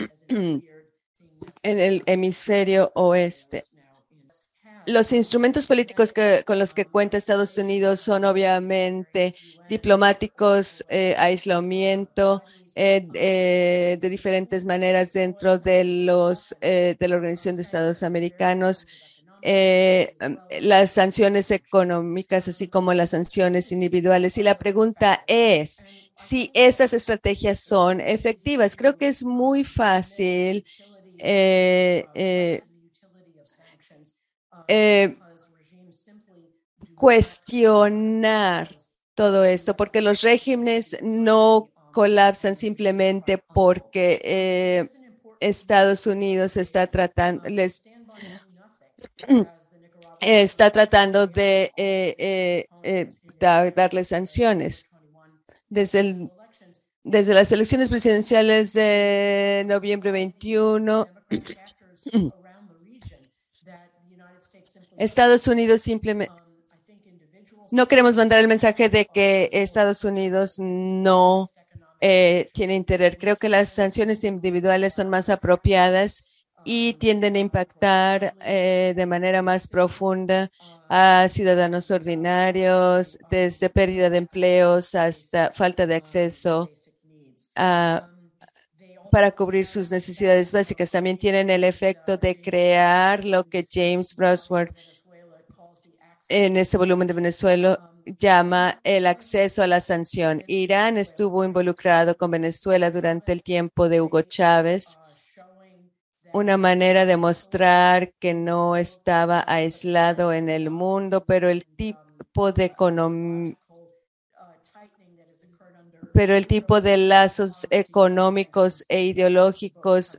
Speaker 2: en el hemisferio oeste. Los instrumentos políticos con los que cuenta Estados Unidos son obviamente diplomáticos, aislamiento de diferentes maneras dentro de de la Organización de Estados Americanos. Las sanciones económicas, así como las sanciones individuales. Y la pregunta es si estas estrategias son efectivas. Creo que es muy fácil cuestionar todo esto, porque los regímenes no colapsan simplemente porque Estados Unidos está está tratando de darle sanciones. Desde las elecciones presidenciales de noviembre 21, Estados Unidos simplemente no queremos mandar el mensaje de que Estados Unidos no tiene interés. Creo que las sanciones individuales son más apropiadas y tienden a impactar de manera más profunda a ciudadanos ordinarios, desde pérdida de empleos hasta falta de acceso para cubrir sus necesidades básicas. También tienen el efecto de crear lo que James Bosworth en este volumen de Venezuela llama el acceso a la sanción. Irán estuvo involucrado con Venezuela durante el tiempo de Hugo Chávez, una manera de mostrar que no estaba aislado en el mundo, pero el tipo de lazos económicos e ideológicos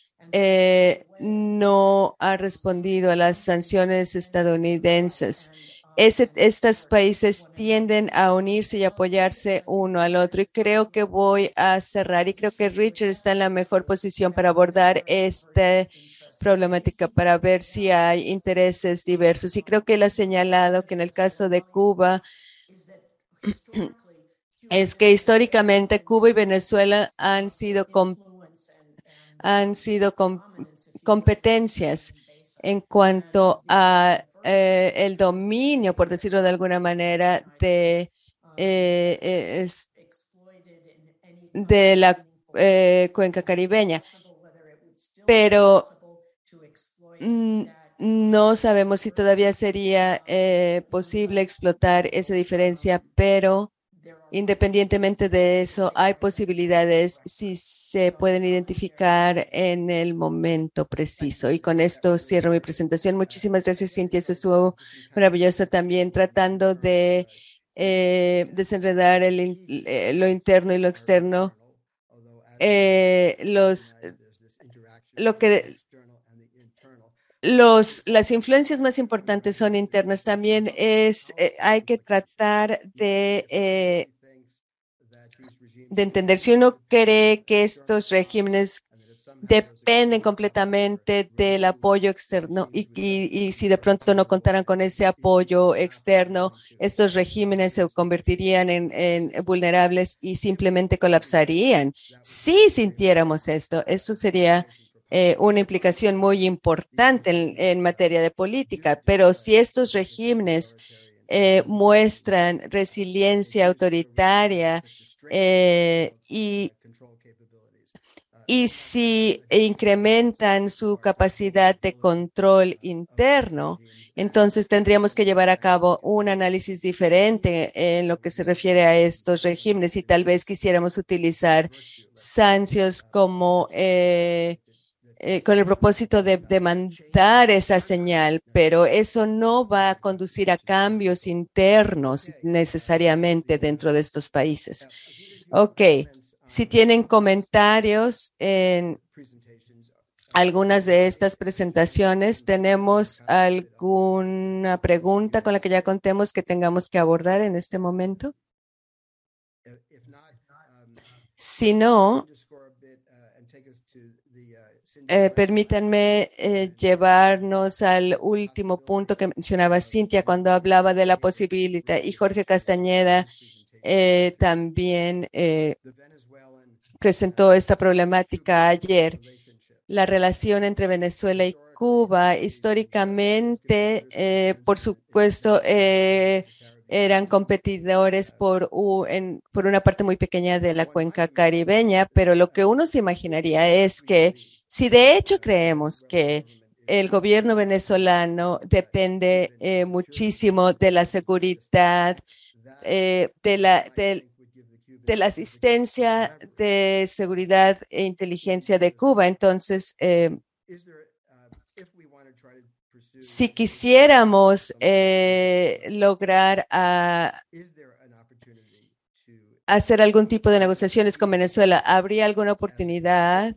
Speaker 2: no ha respondido a las sanciones estadounidenses. Estos países tienden a unirse y apoyarse uno al otro. Y creo que voy a cerrar y creo que Richard está en la mejor posición para abordar esta problemática, para ver si hay intereses diversos. Y creo que él ha señalado que en el caso de Cuba, es que históricamente Cuba y Venezuela han sido competencias en cuanto a el dominio, por decirlo de alguna manera, de la cuenca caribeña. Pero no sabemos si todavía sería posible explotar esa diferencia, pero independientemente de eso, hay posibilidades si se pueden identificar en el momento preciso. Y con esto cierro mi presentación. Muchísimas gracias, Cintia. Eso estuvo maravilloso también, tratando de desenredar lo interno y lo externo. Las influencias más importantes son internas. También hay que tratar de entender si uno cree que estos regímenes dependen completamente del apoyo externo y si de pronto no contaran con ese apoyo externo, estos regímenes se convertirían en vulnerables y simplemente colapsarían. Si sintiéramos esto, eso sería una implicación muy importante en materia de política, pero si estos regímenes muestran resiliencia autoritaria y si incrementan su capacidad de control interno, entonces tendríamos que llevar a cabo un análisis diferente en lo que se refiere a estos regímenes y tal vez quisiéramos utilizar sanciones como con el propósito de mandar esa señal, pero eso no va a conducir a cambios internos necesariamente dentro de estos países. Ok. Si tienen comentarios en algunas de estas presentaciones, ¿tenemos alguna pregunta con la que ya contemos que tengamos que abordar en este momento? Si no, permítanme llevarnos al último punto que mencionaba Cintia cuando hablaba de la posibilidad, y Jorge Castañeda también presentó esta problemática ayer. La relación entre Venezuela y Cuba, históricamente, por supuesto, eran competidores por una parte muy pequeña de la cuenca caribeña, pero lo que uno se imaginaría es que si de hecho creemos que el gobierno venezolano depende muchísimo de la seguridad, de la asistencia de seguridad e inteligencia de Cuba, entonces si quisiéramos lograr hacer algún tipo de negociaciones con Venezuela, ¿habría alguna oportunidad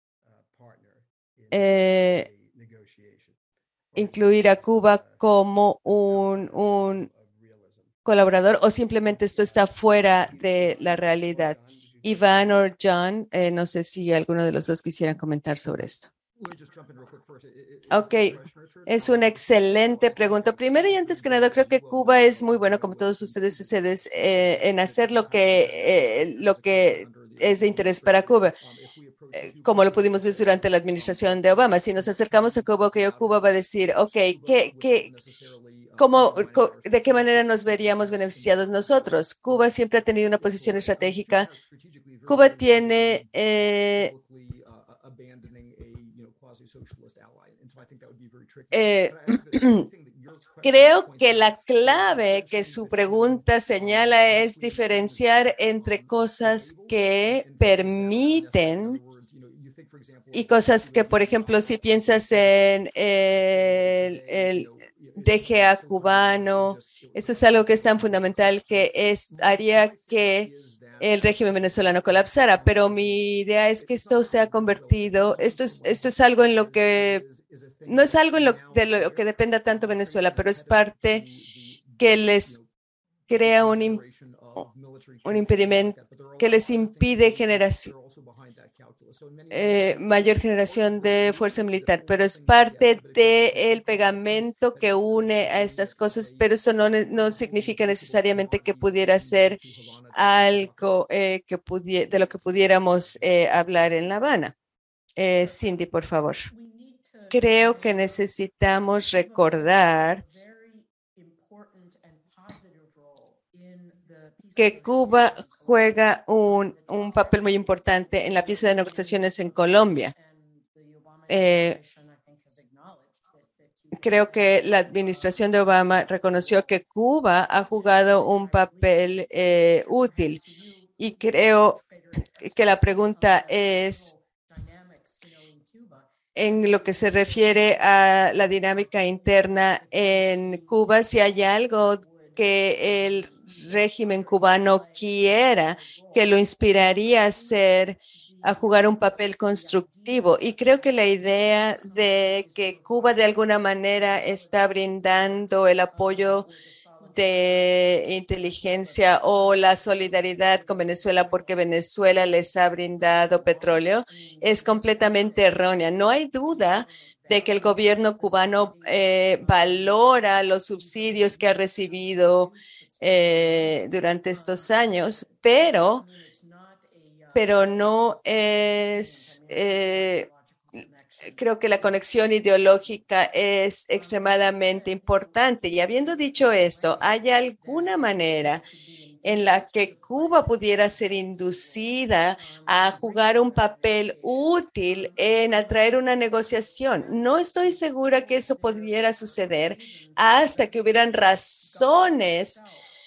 Speaker 2: incluir a Cuba como un colaborador o simplemente esto está fuera de la realidad? Iván o John, no sé si alguno de los dos quisieran comentar sobre esto. Ok, es una excelente pregunta. Primero y antes que nada, creo que Cuba es muy bueno, como todos ustedes, en hacer lo que es de interés para Cuba, como lo pudimos ver durante la administración de Obama. Si nos acercamos a Cuba, Cuba va a decir, ok, ¿de qué manera nos veríamos beneficiados nosotros? Cuba siempre ha tenido una posición estratégica. Cuba tiene creo que la clave que su pregunta señala es diferenciar entre cosas que permiten y cosas que, por ejemplo, si piensas en el DGA cubano, eso es algo que es tan fundamental que haría que el régimen venezolano colapsara, pero mi idea es que esto se ha convertido, esto es algo en lo que, no es algo de lo que dependa tanto Venezuela, pero es parte que les crea un impedimento, que les impide mayor generación de fuerza militar, pero es parte del pegamento que une a estas cosas, pero eso no significa necesariamente que pudiera ser algo de lo que pudiéramos hablar en La Habana. Cindy, por favor. Creo que necesitamos recordar que Cuba juega un papel muy importante en la pieza de negociaciones en Colombia. Creo que la administración de Obama reconoció que Cuba ha jugado un papel útil y creo que la pregunta es, en lo que se refiere a la dinámica interna en Cuba, si hay algo que el régimen cubano quiera, que lo inspiraría a jugar un papel constructivo. Y creo que la idea de que Cuba de alguna manera está brindando el apoyo de inteligencia o la solidaridad con Venezuela porque Venezuela les ha brindado petróleo es completamente errónea. No hay duda de que el gobierno cubano valora los subsidios que ha recibido durante estos años, pero no es creo que la conexión ideológica es extremadamente importante. Y habiendo dicho esto, ¿hay alguna manera en la que Cuba pudiera ser inducida a jugar un papel útil en atraer una negociación? No estoy segura que eso pudiera suceder hasta que hubieran razones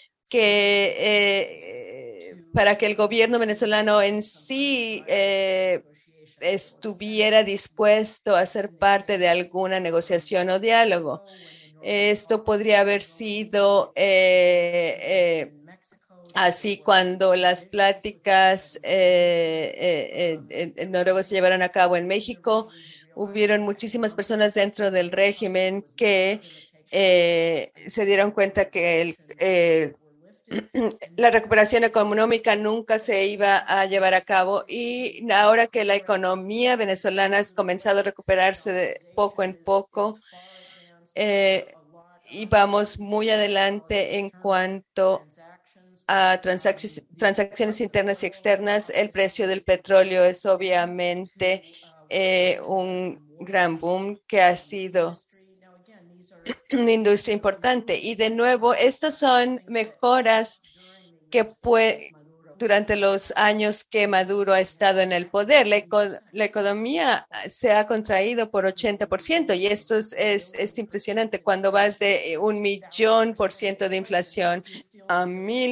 Speaker 2: para que el gobierno venezolano en sí estuviera dispuesto a ser parte de alguna negociación o diálogo. Esto podría haber sido así cuando las pláticas en Noruega se llevaron a cabo en México. Hubieron muchísimas personas dentro del régimen que se dieron cuenta que la recuperación económica nunca se iba a llevar a cabo y ahora que la economía venezolana ha comenzado a recuperarse de poco en poco y vamos muy adelante en cuanto a transacciones internas y externas, el precio del petróleo es obviamente un gran boom que ha sido una industria importante. Y de nuevo, estas son mejoras que durante los años que Maduro ha estado en el poder, la economía se ha contraído por 80% y esto es impresionante. Cuando vas de 1.000.000% de inflación a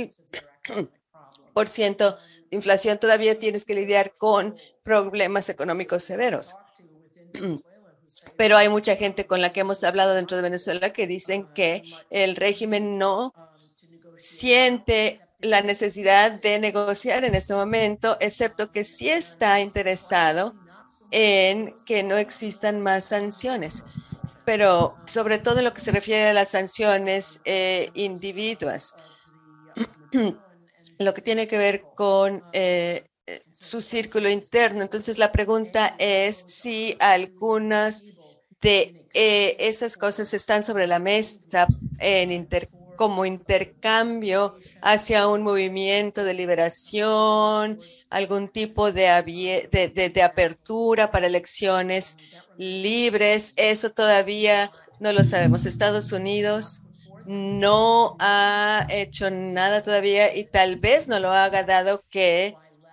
Speaker 2: 1.000% de inflación, todavía tienes que lidiar con problemas económicos severos. Pero hay mucha gente con la que hemos hablado dentro de Venezuela que dicen que el régimen no siente la necesidad de negociar en este momento, excepto que sí está interesado en que no existan más sanciones, pero sobre todo en lo que se refiere a las sanciones individuas, lo que tiene que ver con su círculo interno. Entonces, la pregunta es si algunas de esas cosas están sobre la mesa como intercambio hacia un movimiento de liberación, algún tipo de apertura para elecciones libres. Eso todavía no lo sabemos. Estados Unidos no ha hecho nada todavía y tal vez no lo haga dado que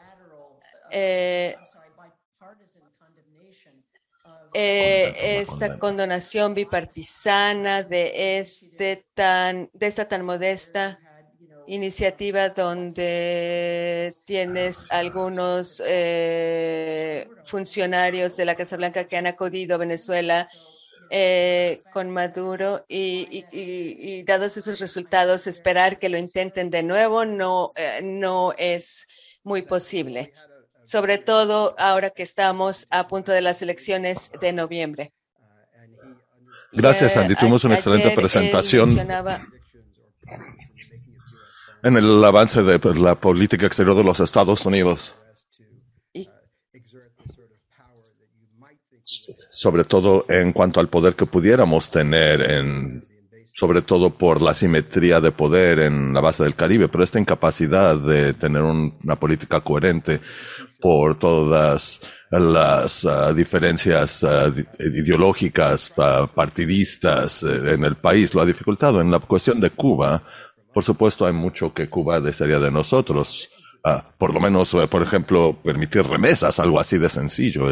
Speaker 2: esta condonación bipartisana de esta tan modesta iniciativa donde tienes algunos funcionarios de la Casa Blanca que han acudido a Venezuela con Maduro y dados esos resultados, esperar que lo intenten de nuevo no es muy posible. Sobre todo ahora que estamos a punto de las elecciones de noviembre.
Speaker 3: Gracias, Andy. Tuvimos una excelente presentación en el avance de la política exterior de los Estados Unidos. Sobre todo en cuanto al poder que pudiéramos tener, sobre todo por la simetría de poder en la base del Caribe, pero esta incapacidad de tener una política coherente por todas las diferencias ideológicas, partidistas en el país, lo ha dificultado. En la cuestión de Cuba, por supuesto, hay mucho que Cuba desearía de nosotros. Por lo menos, por ejemplo, permitir remesas, algo así de sencillo.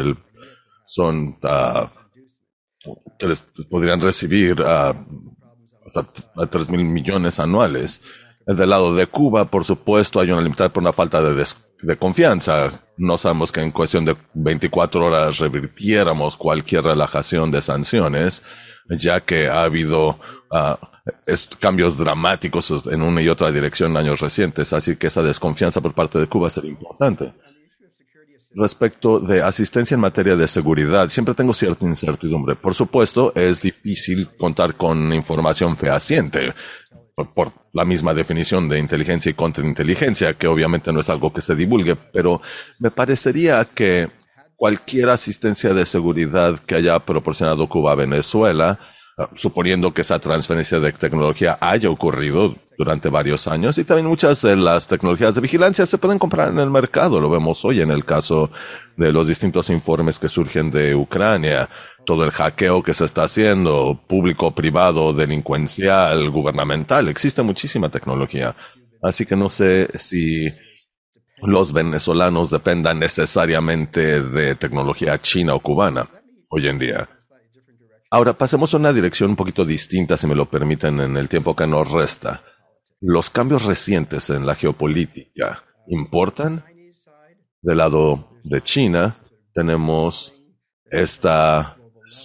Speaker 3: Podrían recibir hasta 3,000 millones anuales. Del lado de Cuba, por supuesto, hay una limitada por una falta de confianza. No sabemos que en cuestión de 24 horas revirtiéramos cualquier relajación de sanciones, ya que ha habido cambios dramáticos en una y otra dirección en años recientes. Así que esa desconfianza por parte de Cuba sería importante. Respecto de asistencia en materia de seguridad, siempre tengo cierta incertidumbre. Por supuesto, es difícil contar con información fehaciente por la misma definición de inteligencia y contrainteligencia, que obviamente no es algo que se divulgue, pero me parecería que cualquier asistencia de seguridad que haya proporcionado Cuba a Venezuela, suponiendo que esa transferencia de tecnología haya ocurrido durante varios años, y también muchas de las tecnologías de vigilancia se pueden comprar en el mercado. Lo vemos hoy en el caso de los distintos informes que surgen de Ucrania, todo el hackeo que se está haciendo, público, privado, delincuencial, gubernamental. Existe muchísima tecnología. Así que no sé si los venezolanos dependan necesariamente de tecnología china o cubana hoy en día. Ahora pasemos a una dirección un poquito distinta, si me lo permiten, en el tiempo que nos resta. ¿Los cambios recientes en la geopolítica importan? Del lado de China tenemos esta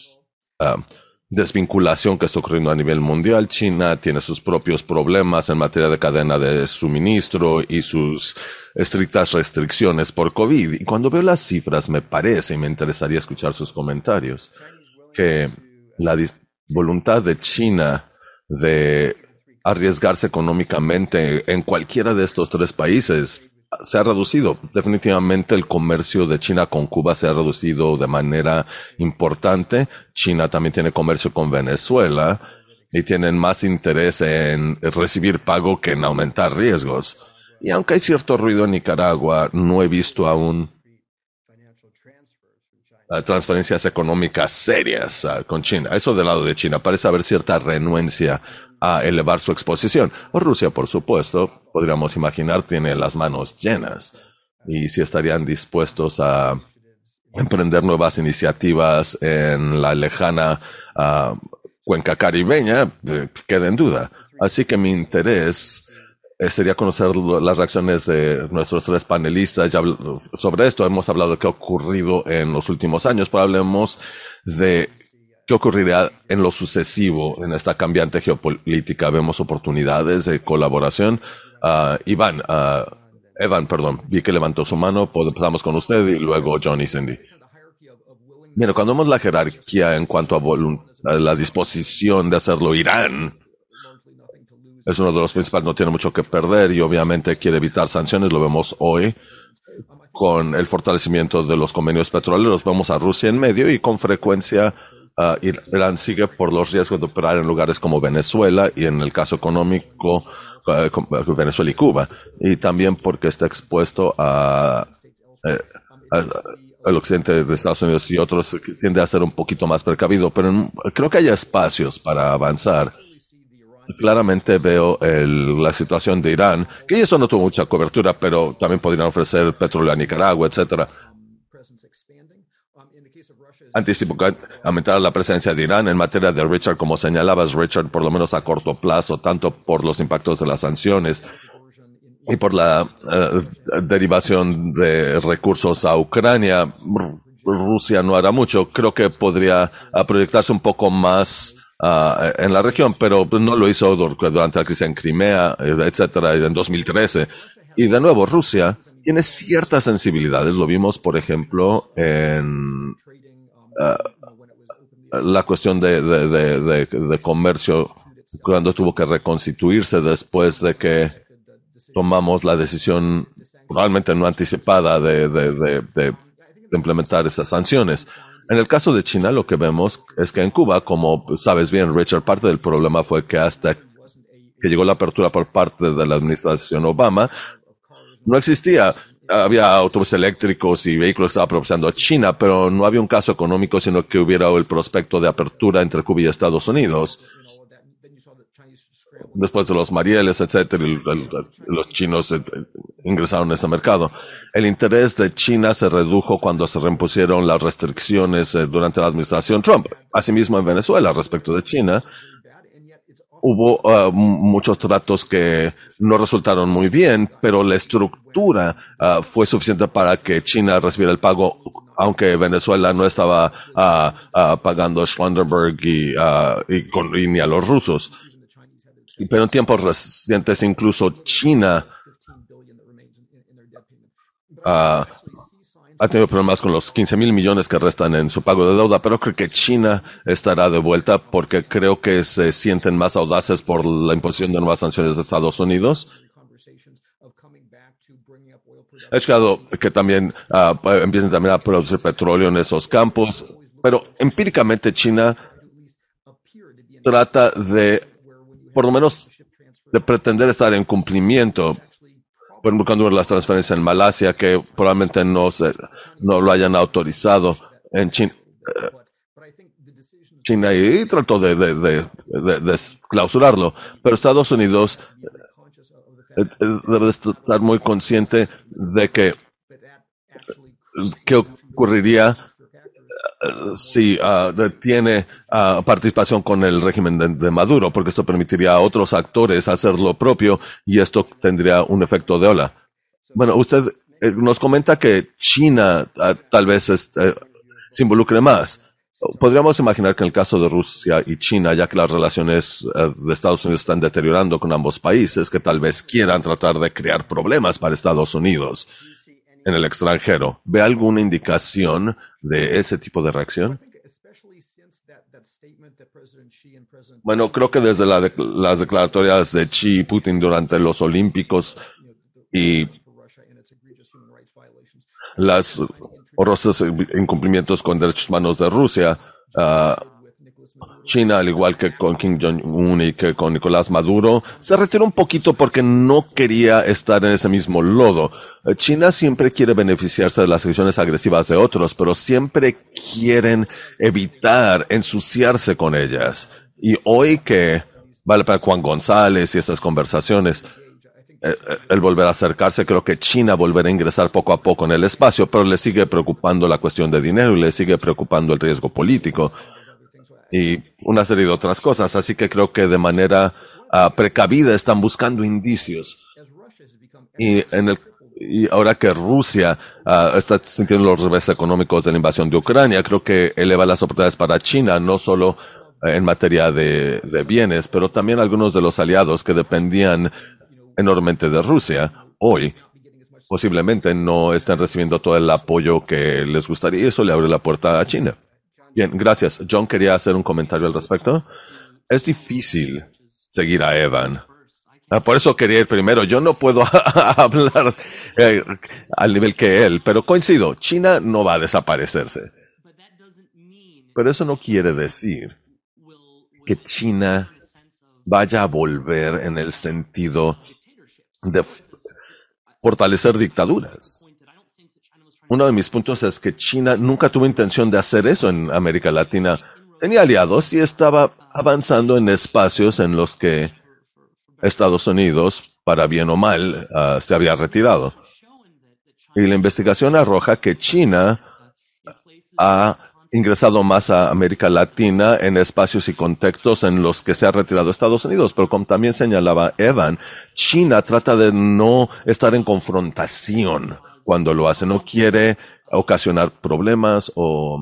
Speaker 3: desvinculación que está ocurriendo a nivel mundial. China tiene sus propios problemas en materia de cadena de suministro y sus estrictas restricciones por COVID. Y cuando veo las cifras me parece, y me interesaría escuchar sus comentarios, que la voluntad de China de arriesgarse económicamente en cualquiera de estos tres países se ha reducido. Definitivamente el comercio de China con Cuba se ha reducido de manera importante. China también tiene comercio con Venezuela y tienen más interés en recibir pago que en aumentar riesgos. Y aunque hay cierto ruido en Nicaragua, no he visto aún transferencias económicas serias con China. Eso del lado de China. Parece haber cierta renuencia a elevar su exposición. Rusia, por supuesto, podríamos imaginar, tiene las manos llenas. Y si estarían dispuestos a emprender nuevas iniciativas en la lejana cuenca caribeña, queda en duda. Así que mi interés sería conocer las reacciones de nuestros tres panelistas. Ya sobre esto hemos hablado de qué ha ocurrido en los últimos años, pero hablemos de qué ocurrirá en lo sucesivo en esta cambiante geopolítica. Vemos oportunidades de colaboración. Evan, vi que levantó su mano. Empezamos con usted y luego John y Cindy. Mira, cuando vemos la jerarquía en cuanto a la disposición de hacerlo, Irán es uno de los principales, no tiene mucho que perder y obviamente quiere evitar sanciones. Lo vemos hoy con el fortalecimiento de los convenios petroleros. Vemos a Rusia en medio y con frecuencia Irán sigue por los riesgos de operar en lugares como Venezuela y en el caso económico Venezuela y Cuba, y también porque está expuesto al occidente de Estados Unidos y otros, que tiende a ser un poquito más precavido, pero creo que hay espacios para avanzar. Claramente veo la situación de Irán, que eso no tuvo mucha cobertura, pero también podrían ofrecer petróleo a Nicaragua, etcétera. Anticipo que aumentar la presencia de Irán en materia de Richard, como señalabas, Richard, por lo menos a corto plazo, tanto por los impactos de las sanciones y por la derivación de recursos a Ucrania. Rusia no hará mucho. Creo que podría proyectarse un poco más en la región, pero no lo hizo durante la crisis en Crimea, etcétera, en 2013. Y de nuevo, Rusia tiene ciertas sensibilidades. Lo vimos, por ejemplo, en la cuestión de comercio, cuando tuvo que reconstituirse después de que tomamos la decisión probablemente no anticipada de implementar esas sanciones. En el caso de China, lo que vemos es que en Cuba, como sabes bien, Richard, parte del problema fue que hasta que llegó la apertura por parte de la administración Obama, no existía. Había autobuses eléctricos y vehículos que estaba proporcionando China, pero no había un caso económico, sino que hubiera el prospecto de apertura entre Cuba y Estados Unidos. Después de los Marieles, etcétera, los chinos ingresaron a ese mercado. El interés de China se redujo cuando se reimpusieron las restricciones durante la administración Trump. Asimismo, en Venezuela, respecto de China, hubo muchos tratos que no resultaron muy bien, pero la estructura fue suficiente para que China recibiera el pago, aunque Venezuela no estaba pagando a Schwanderberg y ni a los rusos. Pero en tiempos recientes incluso China ha tenido problemas con los 15,000 millones que restan en su pago de deuda, pero creo que China estará de vuelta porque creo que se sienten más audaces por la imposición de nuevas sanciones de Estados Unidos. He escuchado que también empiecen también a producir petróleo en esos campos, pero empíricamente China trata de, por lo menos, de pretender estar en cumplimiento. Por ejemplo, cuando hubo las transferencias en Malasia, que probablemente no lo hayan autorizado en China, y trató de clausurarlo. Pero Estados Unidos debe estar muy consciente de que qué ocurriría si tiene participación con el régimen de Maduro, porque esto permitiría a otros actores hacer lo propio y esto tendría un efecto de ola. Bueno, usted nos comenta que China tal vez se involucre más. Podríamos imaginar que en el caso de Rusia y China, ya que las relaciones de Estados Unidos están deteriorando con ambos países, que tal vez quieran tratar de crear problemas para Estados Unidos en el extranjero. ¿Ve alguna indicación de ese tipo de reacción? Bueno, creo que desde las declaratorias de Xi y Putin durante los Olímpicos y las horrorosos incumplimientos con derechos humanos de Rusia, China, al igual que con Kim Jong-un y que con Nicolás Maduro, se retiró un poquito porque no quería estar en ese mismo lodo. China siempre quiere beneficiarse de las acciones agresivas de otros, pero siempre quieren evitar ensuciarse con ellas. Y hoy que vale para Juan González y esas conversaciones, el volver a acercarse, creo que China volverá a ingresar poco a poco en el espacio, pero le sigue preocupando la cuestión de dinero y le sigue preocupando el riesgo político y una serie de otras cosas. Así que creo que de manera precavida están buscando indicios. Y ahora que Rusia está sintiendo los reveses económicos de la invasión de Ucrania, creo que eleva las oportunidades para China, no solo en materia de bienes, pero también algunos de los aliados que dependían enormemente de Rusia, hoy posiblemente no están recibiendo todo el apoyo que les gustaría y eso le abre la puerta a China. Bien, gracias. John quería hacer un comentario al respecto. Es difícil seguir a Evan. Por eso quería ir primero. Yo no puedo hablar al nivel que él, pero coincido, China no va a desaparecerse. Pero eso no quiere decir que China vaya a volver en el sentido de fortalecer dictaduras. Uno de mis puntos es que China nunca tuvo intención de hacer eso en América Latina. Tenía aliados y estaba avanzando en espacios en los que Estados Unidos, para bien o mal, se había retirado. Y la investigación arroja que China ha ingresado más a América Latina en espacios y contextos en los que se ha retirado Estados Unidos. Pero como también señalaba Evan, China trata de no estar en confrontación cuando lo hace. No quiere ocasionar problemas o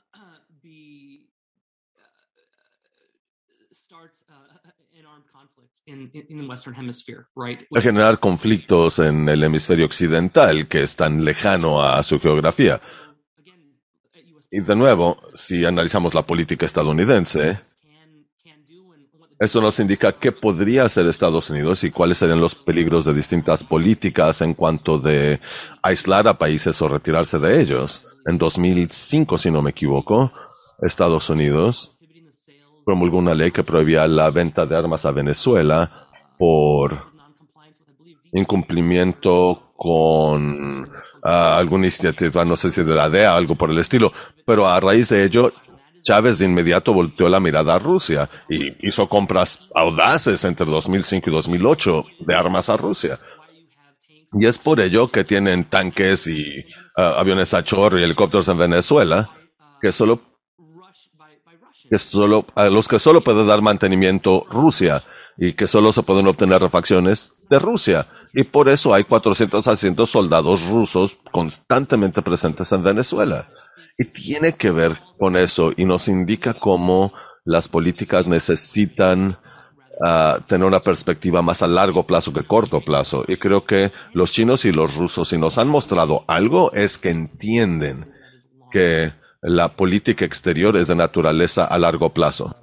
Speaker 3: generar conflictos en el hemisferio occidental, que es tan lejano a su geografía. Y de nuevo, si analizamos la política estadounidense, eso nos indica qué podría hacer Estados Unidos y cuáles serían los peligros de distintas políticas en cuanto de aislar a países o retirarse de ellos. En 2005, si no me equivoco, Estados Unidos promulgó una ley que prohibía la venta de armas a Venezuela por incumplimiento con alguna iniciativa, no sé si de la DEA, algo por el estilo. Pero a raíz de ello, Chávez de inmediato volteó la mirada a Rusia y hizo compras audaces entre 2005 y 2008 de armas a Rusia. Y es por ello que tienen tanques y aviones a chorro y helicópteros en Venezuela a los que solo puede dar mantenimiento Rusia y que solo se pueden obtener refacciones de Rusia. Y por eso hay 400 a 600 soldados rusos constantemente presentes en Venezuela. Y tiene que ver con eso y nos indica cómo las políticas necesitan tener una perspectiva más a largo plazo que corto plazo. Y creo que los chinos y los rusos, si nos han mostrado algo, es que entienden que la política exterior es de naturaleza a largo plazo.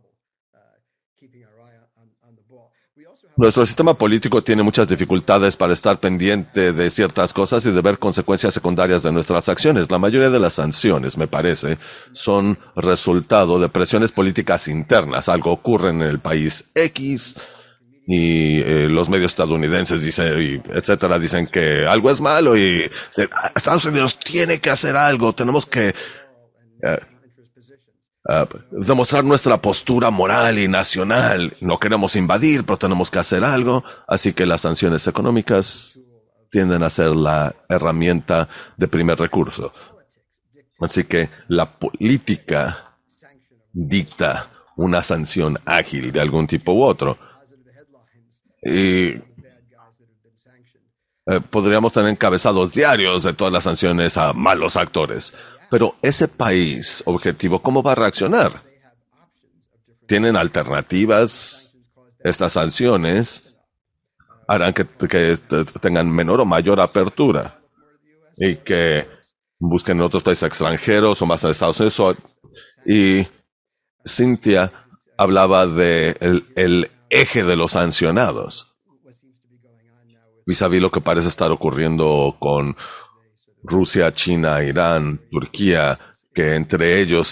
Speaker 3: Nuestro sistema político tiene muchas dificultades para estar pendiente de ciertas cosas y de ver consecuencias secundarias de nuestras acciones. La mayoría de las sanciones, me parece, son resultado de presiones políticas internas. Algo ocurre en el país X y los medios estadounidenses dicen, etcétera, dicen que algo es malo y Estados Unidos tiene que hacer algo. Tenemos que demostrar nuestra postura moral y nacional. No queremos invadir, pero tenemos que hacer algo. Así que las sanciones económicas tienden a ser la herramienta de primer recurso. Así que la política dicta una sanción ágil de algún tipo u otro. Y podríamos tener encabezados diarios de todas las sanciones a malos actores. Pero ese país objetivo, ¿cómo va a reaccionar? ¿Tienen alternativas? Estas sanciones harán que tengan menor o mayor apertura y que busquen en otros países extranjeros o más en Estados Unidos. Y Cynthia hablaba de el eje de los sancionados. Vis-a-vis lo que parece estar ocurriendo con Rusia, China, Irán, Turquía, que entre ellos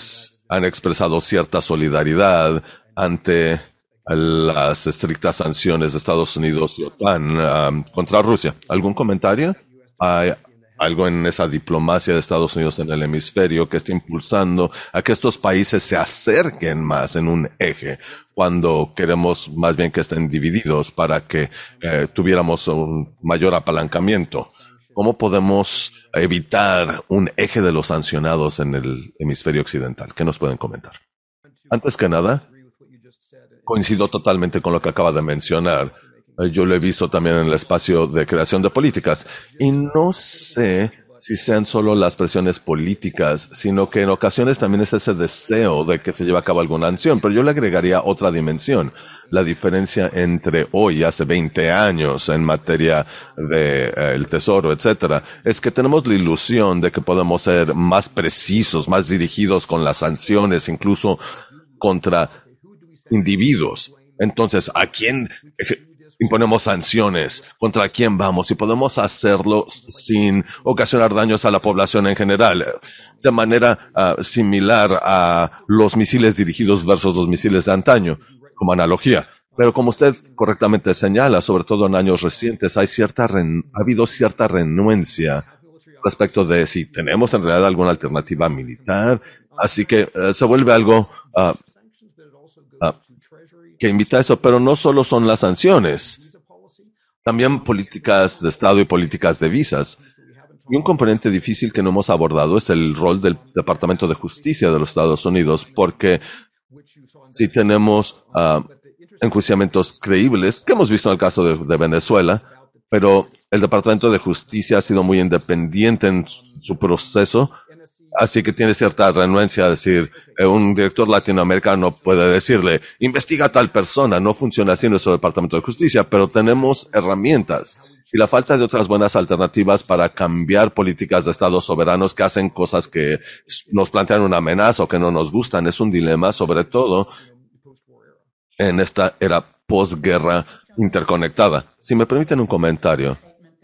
Speaker 3: han expresado cierta solidaridad ante las estrictas sanciones de Estados Unidos y OTAN contra Rusia. ¿Algún comentario? ¿Hay algo en esa diplomacia de Estados Unidos en el hemisferio que está impulsando a que estos países se acerquen más en un eje, cuando queremos más bien que estén divididos para que tuviéramos un mayor apalancamiento? ¿Cómo podemos evitar un eje de los sancionados en el hemisferio occidental? ¿Qué nos pueden comentar? Antes que nada, coincido totalmente con lo que acaba de mencionar. Yo lo he visto también en el espacio de creación de políticas. Y no sé si sean solo las presiones políticas, sino que en ocasiones también es ese deseo de que se lleve a cabo alguna acción. Pero yo le agregaría otra dimensión. La diferencia entre hoy y hace 20 años en materia de el tesoro, etcétera, es que tenemos la ilusión de que podemos ser más precisos, más dirigidos con las sanciones, incluso contra individuos. Entonces, ¿a quién imponemos sanciones? ¿Contra quién vamos? Y podemos hacerlo sin ocasionar daños a la población en general, de manera similar a los misiles dirigidos versus los misiles de antaño, como analogía. Pero como usted correctamente señala, sobre todo en años recientes, ha habido cierta renuencia respecto de si tenemos en realidad alguna alternativa militar. Así que se vuelve algo que invita a eso, pero no solo son las sanciones, también políticas de Estado y políticas de visas. Y un componente difícil que no hemos abordado es el rol del Departamento de Justicia de los Estados Unidos, porque si tenemos enjuiciamientos creíbles, que hemos visto en el caso de Venezuela, pero el Departamento de Justicia ha sido muy independiente en su proceso. Así que tiene cierta renuencia a decir, un director latinoamericano puede decirle, investiga a tal persona. No funciona así nuestro Departamento de Justicia, pero tenemos herramientas. Y la falta de otras buenas alternativas para cambiar políticas de estados soberanos que hacen cosas que nos plantean una amenaza o que no nos gustan es un dilema, sobre todo en esta era posguerra interconectada. Si me permiten un comentario.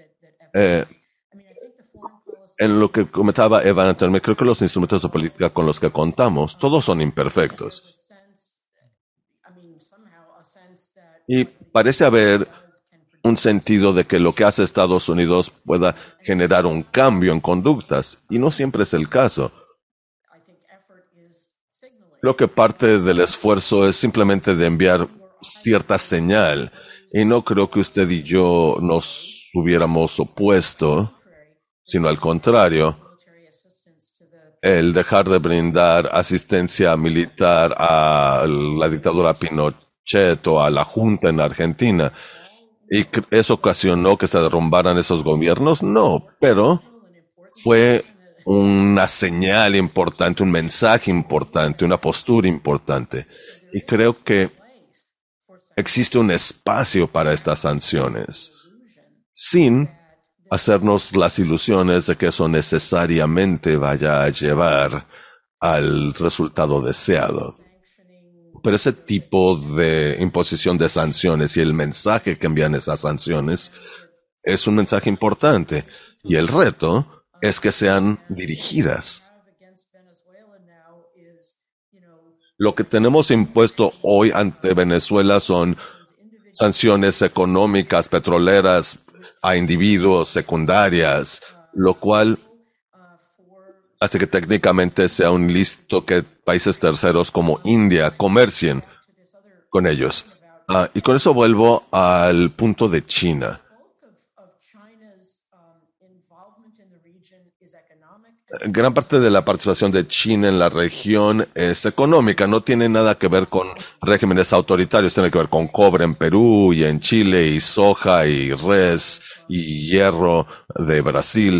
Speaker 3: En lo que comentaba Evan anteriormente, creo que los instrumentos de política con los que contamos, todos son imperfectos. Y parece haber un sentido de que lo que hace Estados Unidos pueda generar un cambio en conductas, y no siempre es el caso. Creo que parte del esfuerzo es simplemente de enviar cierta señal, y no creo que usted y yo nos hubiéramos opuesto, sino al contrario, el dejar de brindar asistencia militar a la dictadura Pinochet o a la Junta en Argentina. ¿Y eso ocasionó que se derrumbaran esos gobiernos? No, pero fue una señal importante, un mensaje importante, una postura importante. Y creo que existe un espacio para estas sanciones, sin hacernos las ilusiones de que eso necesariamente vaya a llevar al resultado deseado. Pero ese tipo de imposición de sanciones y el mensaje que envían esas sanciones es un mensaje importante. Y el reto es que sean dirigidas. Lo que tenemos impuesto hoy ante Venezuela son sanciones económicas, petroleras, a individuos, secundarias, lo cual hace que técnicamente sea un listo que países terceros como India comercien con ellos. Y con eso vuelvo al punto de China. Gran parte de la participación de China en la región es económica, no tiene nada que ver con regímenes autoritarios, tiene que ver con cobre en Perú y en Chile, y soja y res y hierro de Brasil,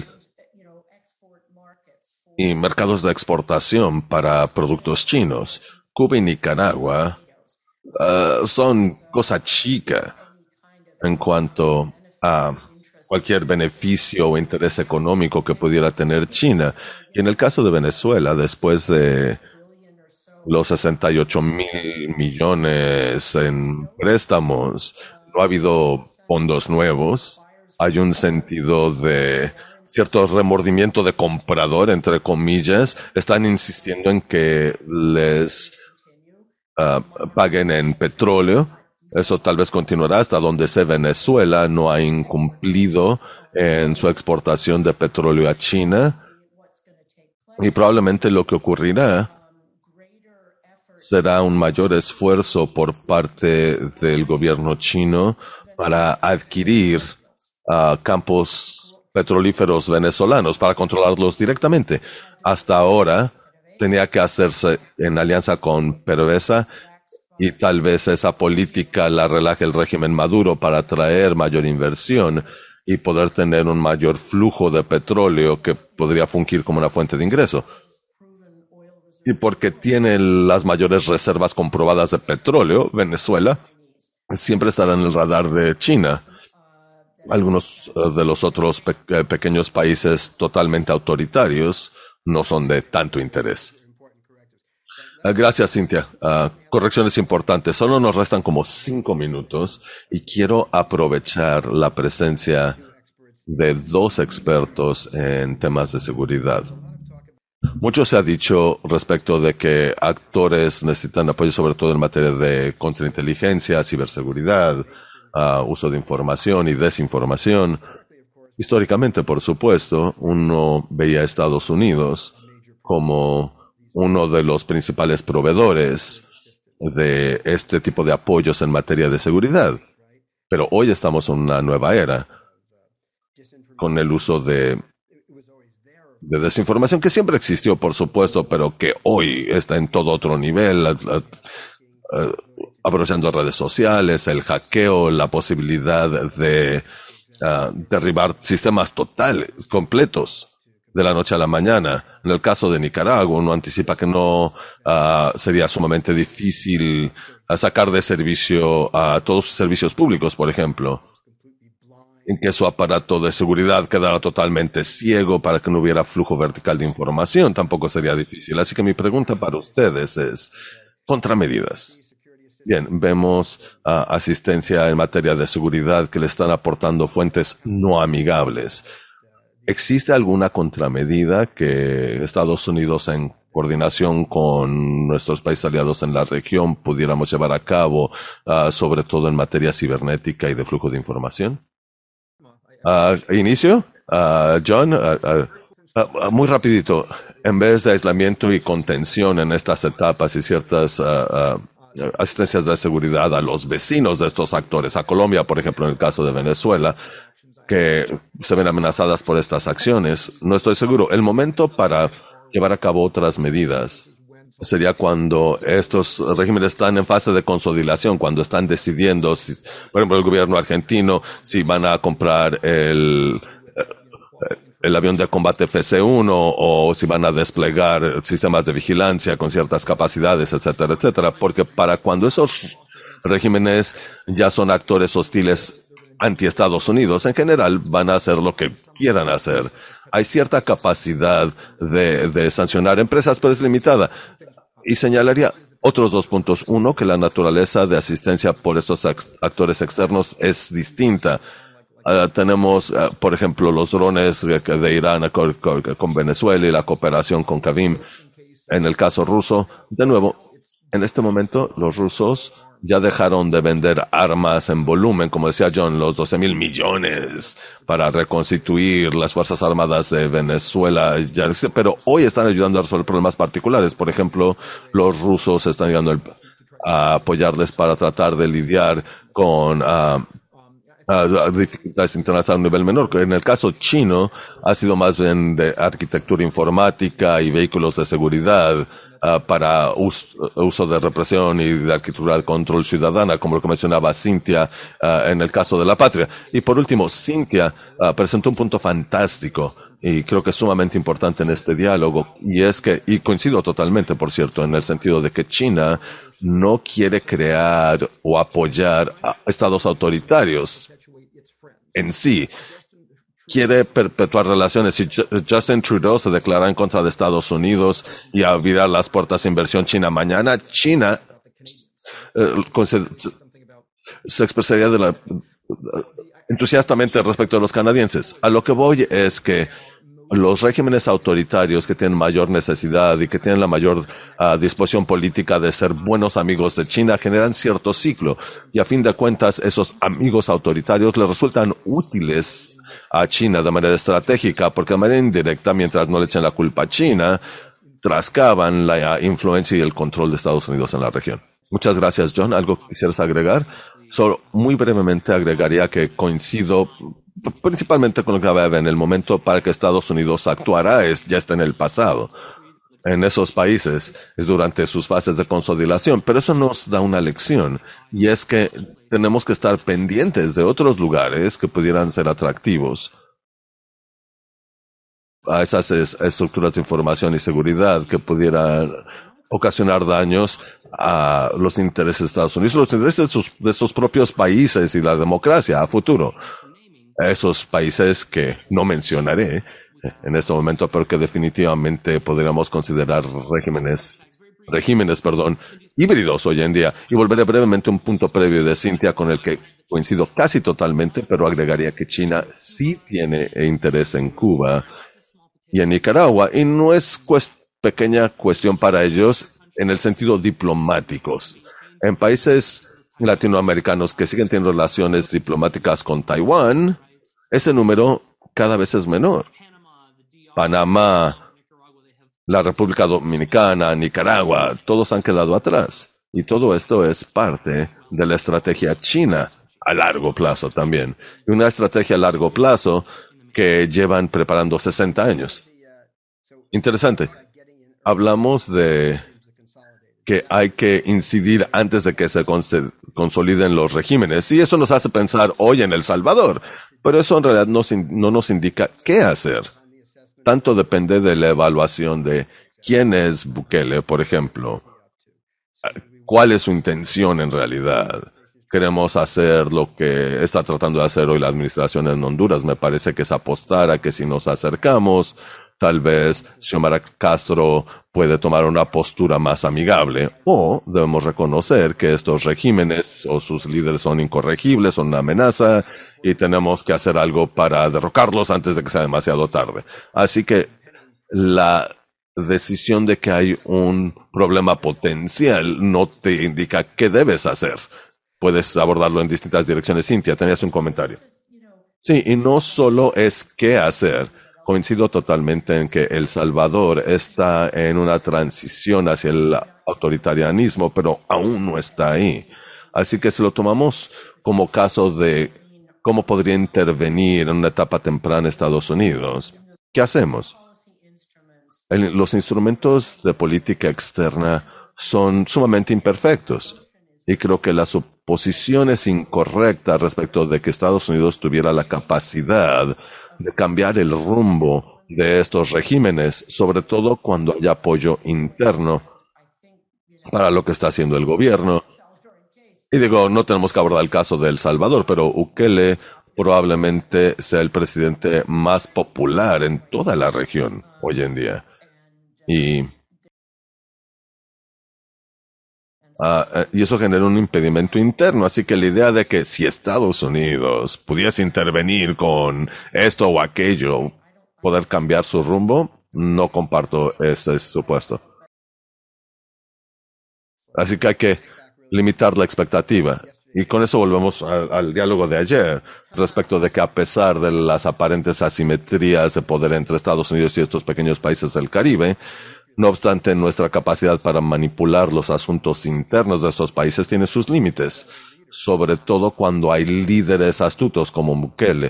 Speaker 3: y mercados de exportación para productos chinos. Cuba y Nicaragua son cosa chica en cuanto a cualquier beneficio o interés económico que pudiera tener China. Y en el caso de Venezuela, después de los 68,000 millones en préstamos, no ha habido fondos nuevos. Hay un sentido de cierto remordimiento de comprador, entre comillas, están insistiendo en que les paguen en petróleo. Eso tal vez continuará hasta donde sea Venezuela no ha incumplido en su exportación de petróleo a China. Y probablemente lo que ocurrirá será un mayor esfuerzo por parte del gobierno chino para adquirir campos petrolíferos venezolanos para controlarlos directamente. Hasta ahora tenía que hacerse en alianza con PDVSA y tal vez esa política la relaje el régimen Maduro para atraer mayor inversión y poder tener un mayor flujo de petróleo que podría fungir como una fuente de ingreso. Y porque tiene las mayores reservas comprobadas de petróleo, Venezuela siempre estará en el radar de China. Algunos de los otros pequeños países totalmente autoritarios no son de tanto interés. Gracias, Cintia. Correcciones importantes. Solo nos restan como 5 minutos y quiero aprovechar la presencia de 2 expertos en temas de seguridad. Mucho se ha dicho respecto de que actores necesitan apoyo, sobre todo en materia de contrainteligencia, ciberseguridad, uso de información y desinformación. Históricamente, por supuesto, uno veía a Estados Unidos como uno de los principales proveedores de este tipo de apoyos en materia de seguridad. Pero hoy estamos en una nueva era con el uso de desinformación que siempre existió, por supuesto, pero que hoy está en todo otro nivel, aprovechando redes sociales, el hackeo, la posibilidad de derribar sistemas totales, completos, de la noche a la mañana. En el caso de Nicaragua, uno anticipa que no sería sumamente difícil sacar de servicio a todos sus servicios públicos, por ejemplo, en que su aparato de seguridad quedara totalmente ciego para que no hubiera flujo vertical de información. Tampoco sería difícil. Así que mi pregunta para ustedes es contramedidas. Bien, vemos asistencia en materia de seguridad que le están aportando fuentes no amigables. ¿Existe alguna contramedida que Estados Unidos, en coordinación con nuestros países aliados en la región, pudiéramos llevar a cabo, sobre todo en materia cibernética y de flujo de información? Inicio, John, muy rapidito. En vez de aislamiento y contención en estas etapas y ciertas asistencias de seguridad a los vecinos de estos actores, a Colombia, por ejemplo, en el caso de Venezuela, que se ven amenazadas por estas acciones, no estoy seguro. El momento para llevar a cabo otras medidas sería cuando estos regímenes están en fase de consolidación, cuando están decidiendo, si, por ejemplo, el gobierno argentino, si van a comprar el avión de combate FC-1 o si van a desplegar sistemas de vigilancia con ciertas capacidades, etcétera, etcétera. Porque para cuando esos regímenes ya son actores hostiles anti-Estados Unidos, en general van a hacer lo que quieran hacer. Hay cierta capacidad de sancionar empresas, pero es limitada. Y señalaría otros 2 puntos. Uno, que la naturaleza de asistencia por estos actores externos es distinta. Tenemos, por ejemplo, los drones de Irán con Venezuela y la cooperación con Kavim. En el caso ruso, de nuevo, en este momento los rusos ya dejaron de vender armas en volumen, como decía John, los 12,000 millones para reconstituir las Fuerzas Armadas de Venezuela, ya, pero hoy están ayudando a resolver problemas particulares. Por ejemplo, los rusos están ayudando a apoyarles para tratar de lidiar con dificultades internacionales a un nivel menor. En el caso chino, ha sido más bien de arquitectura informática y vehículos de seguridad para uso de represión y de arquitectura de control ciudadana, como lo que mencionaba Cintia en el caso de la patria. Y por último, Cintia presentó un punto fantástico y creo que es sumamente importante en este diálogo, y es que, y coincido totalmente, por cierto, en el sentido de que China no quiere crear o apoyar a estados autoritarios en sí. Quiere perpetuar relaciones. Si Justin Trudeau se declara en contra de Estados Unidos y abrirá las puertas a inversión china mañana, China se expresaría entusiastamente respecto a los canadienses. A lo que voy es que los regímenes autoritarios que tienen mayor necesidad y que tienen la mayor disposición política de ser buenos amigos de China generan cierto ciclo. Y a fin de cuentas, esos amigos autoritarios les resultan útiles a China de manera estratégica, porque de manera indirecta, mientras no le echen la culpa a China, trascaban la influencia y el control de Estados Unidos en la región. Muchas gracias, John. ¿Algo que quisieras agregar? Solo muy brevemente agregaría que coincido principalmente con lo que había en el momento para que Estados Unidos actuara ya está en el pasado. En esos países es durante sus fases de consolidación, pero eso nos da una lección, y es que tenemos que estar pendientes de otros lugares que pudieran ser atractivos a esas estructuras de información y seguridad que pudieran ocasionar daños a los intereses de Estados Unidos, los intereses de sus propios países y la democracia a futuro. Esos países que no mencionaré en este momento, pero que definitivamente podríamos considerar regímenes, híbridos hoy en día. Y volveré brevemente a un punto previo de Cynthia con el que coincido casi totalmente, pero agregaría que China sí tiene interés en Cuba y en Nicaragua, y no es pequeña cuestión para ellos en el sentido diplomáticos. En países latinoamericanos que siguen teniendo relaciones diplomáticas con Taiwán, ese número cada vez es menor. Panamá, la República Dominicana, Nicaragua, todos han quedado atrás. Y todo esto es parte de la estrategia china a largo plazo también. Y una estrategia a largo plazo que llevan preparando 60 años. Interesante. Hablamos de que hay que incidir antes de que se consoliden los regímenes. Y eso nos hace pensar hoy en El Salvador. Pero eso en realidad no nos indica qué hacer. Tanto depende de la evaluación de quién es Bukele, por ejemplo. ¿Cuál es su intención en realidad? Queremos hacer lo que está tratando de hacer hoy la administración en Honduras. Me parece que es apostar a que si nos acercamos, tal vez Xiomara Castro puede tomar una postura más amigable, o debemos reconocer que estos regímenes o sus líderes son incorregibles, son una amenaza, y tenemos que hacer algo para derrocarlos antes de que sea demasiado tarde. Así que la decisión de que hay un problema potencial no te indica qué debes hacer. Puedes abordarlo en distintas direcciones. Cynthia, tenías un comentario. Sí, y no solo es qué hacer. Coincido totalmente en que El Salvador está en una transición hacia el autoritarianismo, pero aún no está ahí. Así que si lo tomamos como caso de cómo podría intervenir en una etapa temprana Estados Unidos, ¿qué hacemos? Los instrumentos de política externa son sumamente imperfectos, y creo que la suposición es incorrecta respecto de que Estados Unidos tuviera la capacidad de cambiar el rumbo de estos regímenes, sobre todo cuando hay apoyo interno para lo que está haciendo el gobierno. Y digo, no tenemos que abordar el caso de El Salvador, pero Bukele probablemente sea el presidente más popular en toda la región hoy en día. Y eso genera un impedimento interno, así que la idea de que si Estados Unidos pudiese intervenir con esto o aquello, poder cambiar su rumbo, no comparto ese supuesto. Así que hay que limitar la expectativa. Y con eso volvemos al diálogo de ayer, respecto de que a pesar de las aparentes asimetrías de poder entre Estados Unidos y estos pequeños países del Caribe, no obstante, nuestra capacidad para manipular los asuntos internos de estos países tiene sus límites, sobre todo cuando hay líderes astutos como Bukele.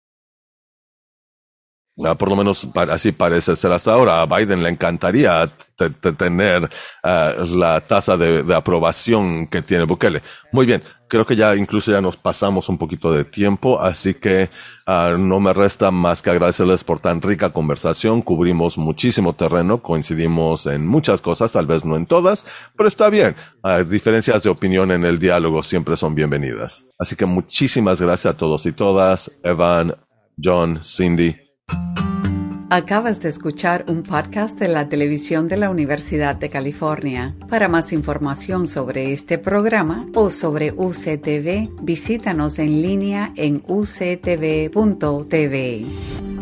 Speaker 3: Por lo menos así parece ser hasta ahora. A Biden le encantaría tener la tasa de aprobación que tiene Bukele. Muy bien, creo que ya incluso ya nos pasamos un poquito de tiempo, así que no me resta más que agradecerles por tan rica conversación. Cubrimos muchísimo terreno, coincidimos en muchas cosas, tal vez no en todas, pero está bien. Diferencias de opinión en el diálogo siempre son bienvenidas. Así que muchísimas gracias a todos y todas. Evan, John, Cindy.
Speaker 1: Acabas de escuchar un podcast de la televisión de la Universidad de California. Para más información sobre este programa o sobre UCTV, visítanos en línea en uctv.tv.